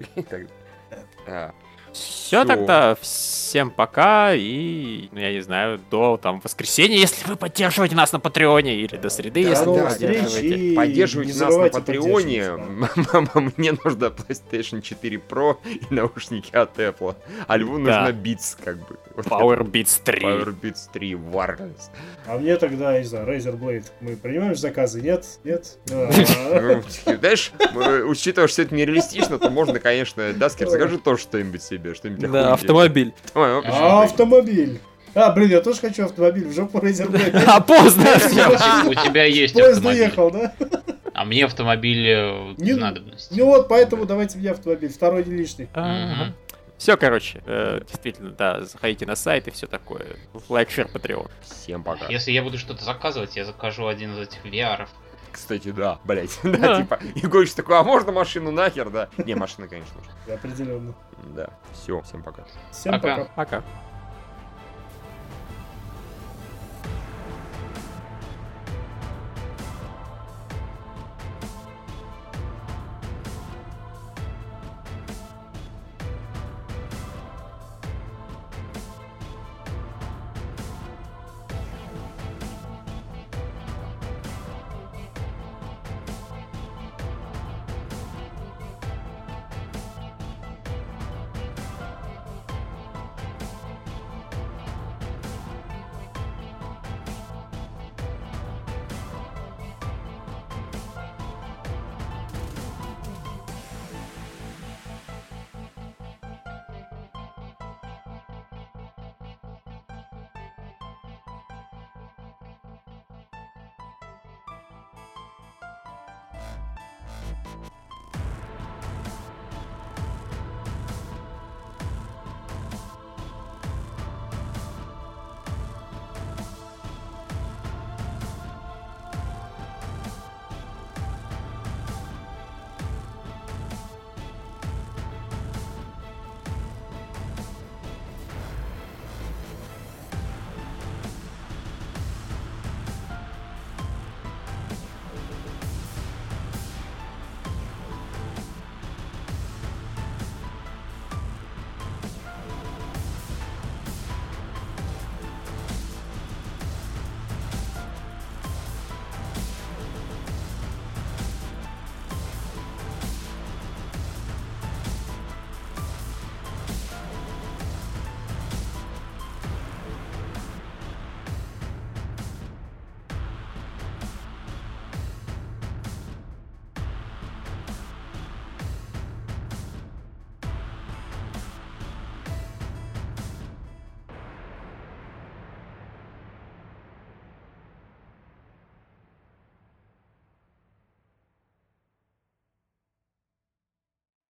Speaker 1: Все
Speaker 4: Всё.
Speaker 1: тогда, всем пока и, ну, я не знаю, до там воскресенья, если вы поддерживаете нас на Патреоне, или до среды,
Speaker 2: До
Speaker 1: если вы
Speaker 2: новых
Speaker 1: поддерживаете.
Speaker 2: встреч и
Speaker 4: Поддерживайте
Speaker 2: не
Speaker 4: нас на
Speaker 2: забывайте
Speaker 4: Патреоне.
Speaker 2: поддерживать,
Speaker 4: Мне нужно PlayStation четыре Pro и наушники от Apple. А Льву
Speaker 1: Да.
Speaker 4: нужно Beats, как бы. Вот
Speaker 1: Power
Speaker 4: это.
Speaker 1: Beats три.
Speaker 4: Power Beats три Wireless.
Speaker 2: А мне тогда, я не знаю, Razer Blade. Мы принимаем заказы? Нет? Нет? А,
Speaker 4: Ну, знаешь, э, учитывая, что это нереалистично, то можно, конечно, Даскер, закажи тоже что-нибудь себе, что-нибудь
Speaker 1: Да,
Speaker 4: охуительное.
Speaker 1: автомобиль.
Speaker 4: Ой, ну, почему
Speaker 2: А,
Speaker 4: бы и
Speaker 2: автомобиль. А, блин, я тоже хочу автомобиль. В жопу Razer Blade.
Speaker 1: А поздно.
Speaker 3: У тебя есть
Speaker 2: Поезд
Speaker 3: автомобиль.
Speaker 2: уехал, да?
Speaker 3: А мне автомобиль э,
Speaker 2: Не-
Speaker 3: надобность.
Speaker 2: Ну вот, поэтому давайте мне автомобиль. Второй не лишний.
Speaker 1: Все, короче, э, действительно, да, заходите на сайт и все такое. Лайк, шер, Patreon.
Speaker 4: Всем пока.
Speaker 3: Если я буду что-то заказывать, я закажу один из этих ви ар-ов.
Speaker 4: Кстати, да, блять. Да,
Speaker 1: Да.
Speaker 4: типа, Егорыч такой, а можно машину нахер, да? Не, машина, конечно, нужна.
Speaker 2: Определенно.
Speaker 4: Да, все, всем пока.
Speaker 2: Всем
Speaker 3: Пока.
Speaker 2: пока.
Speaker 1: Пока.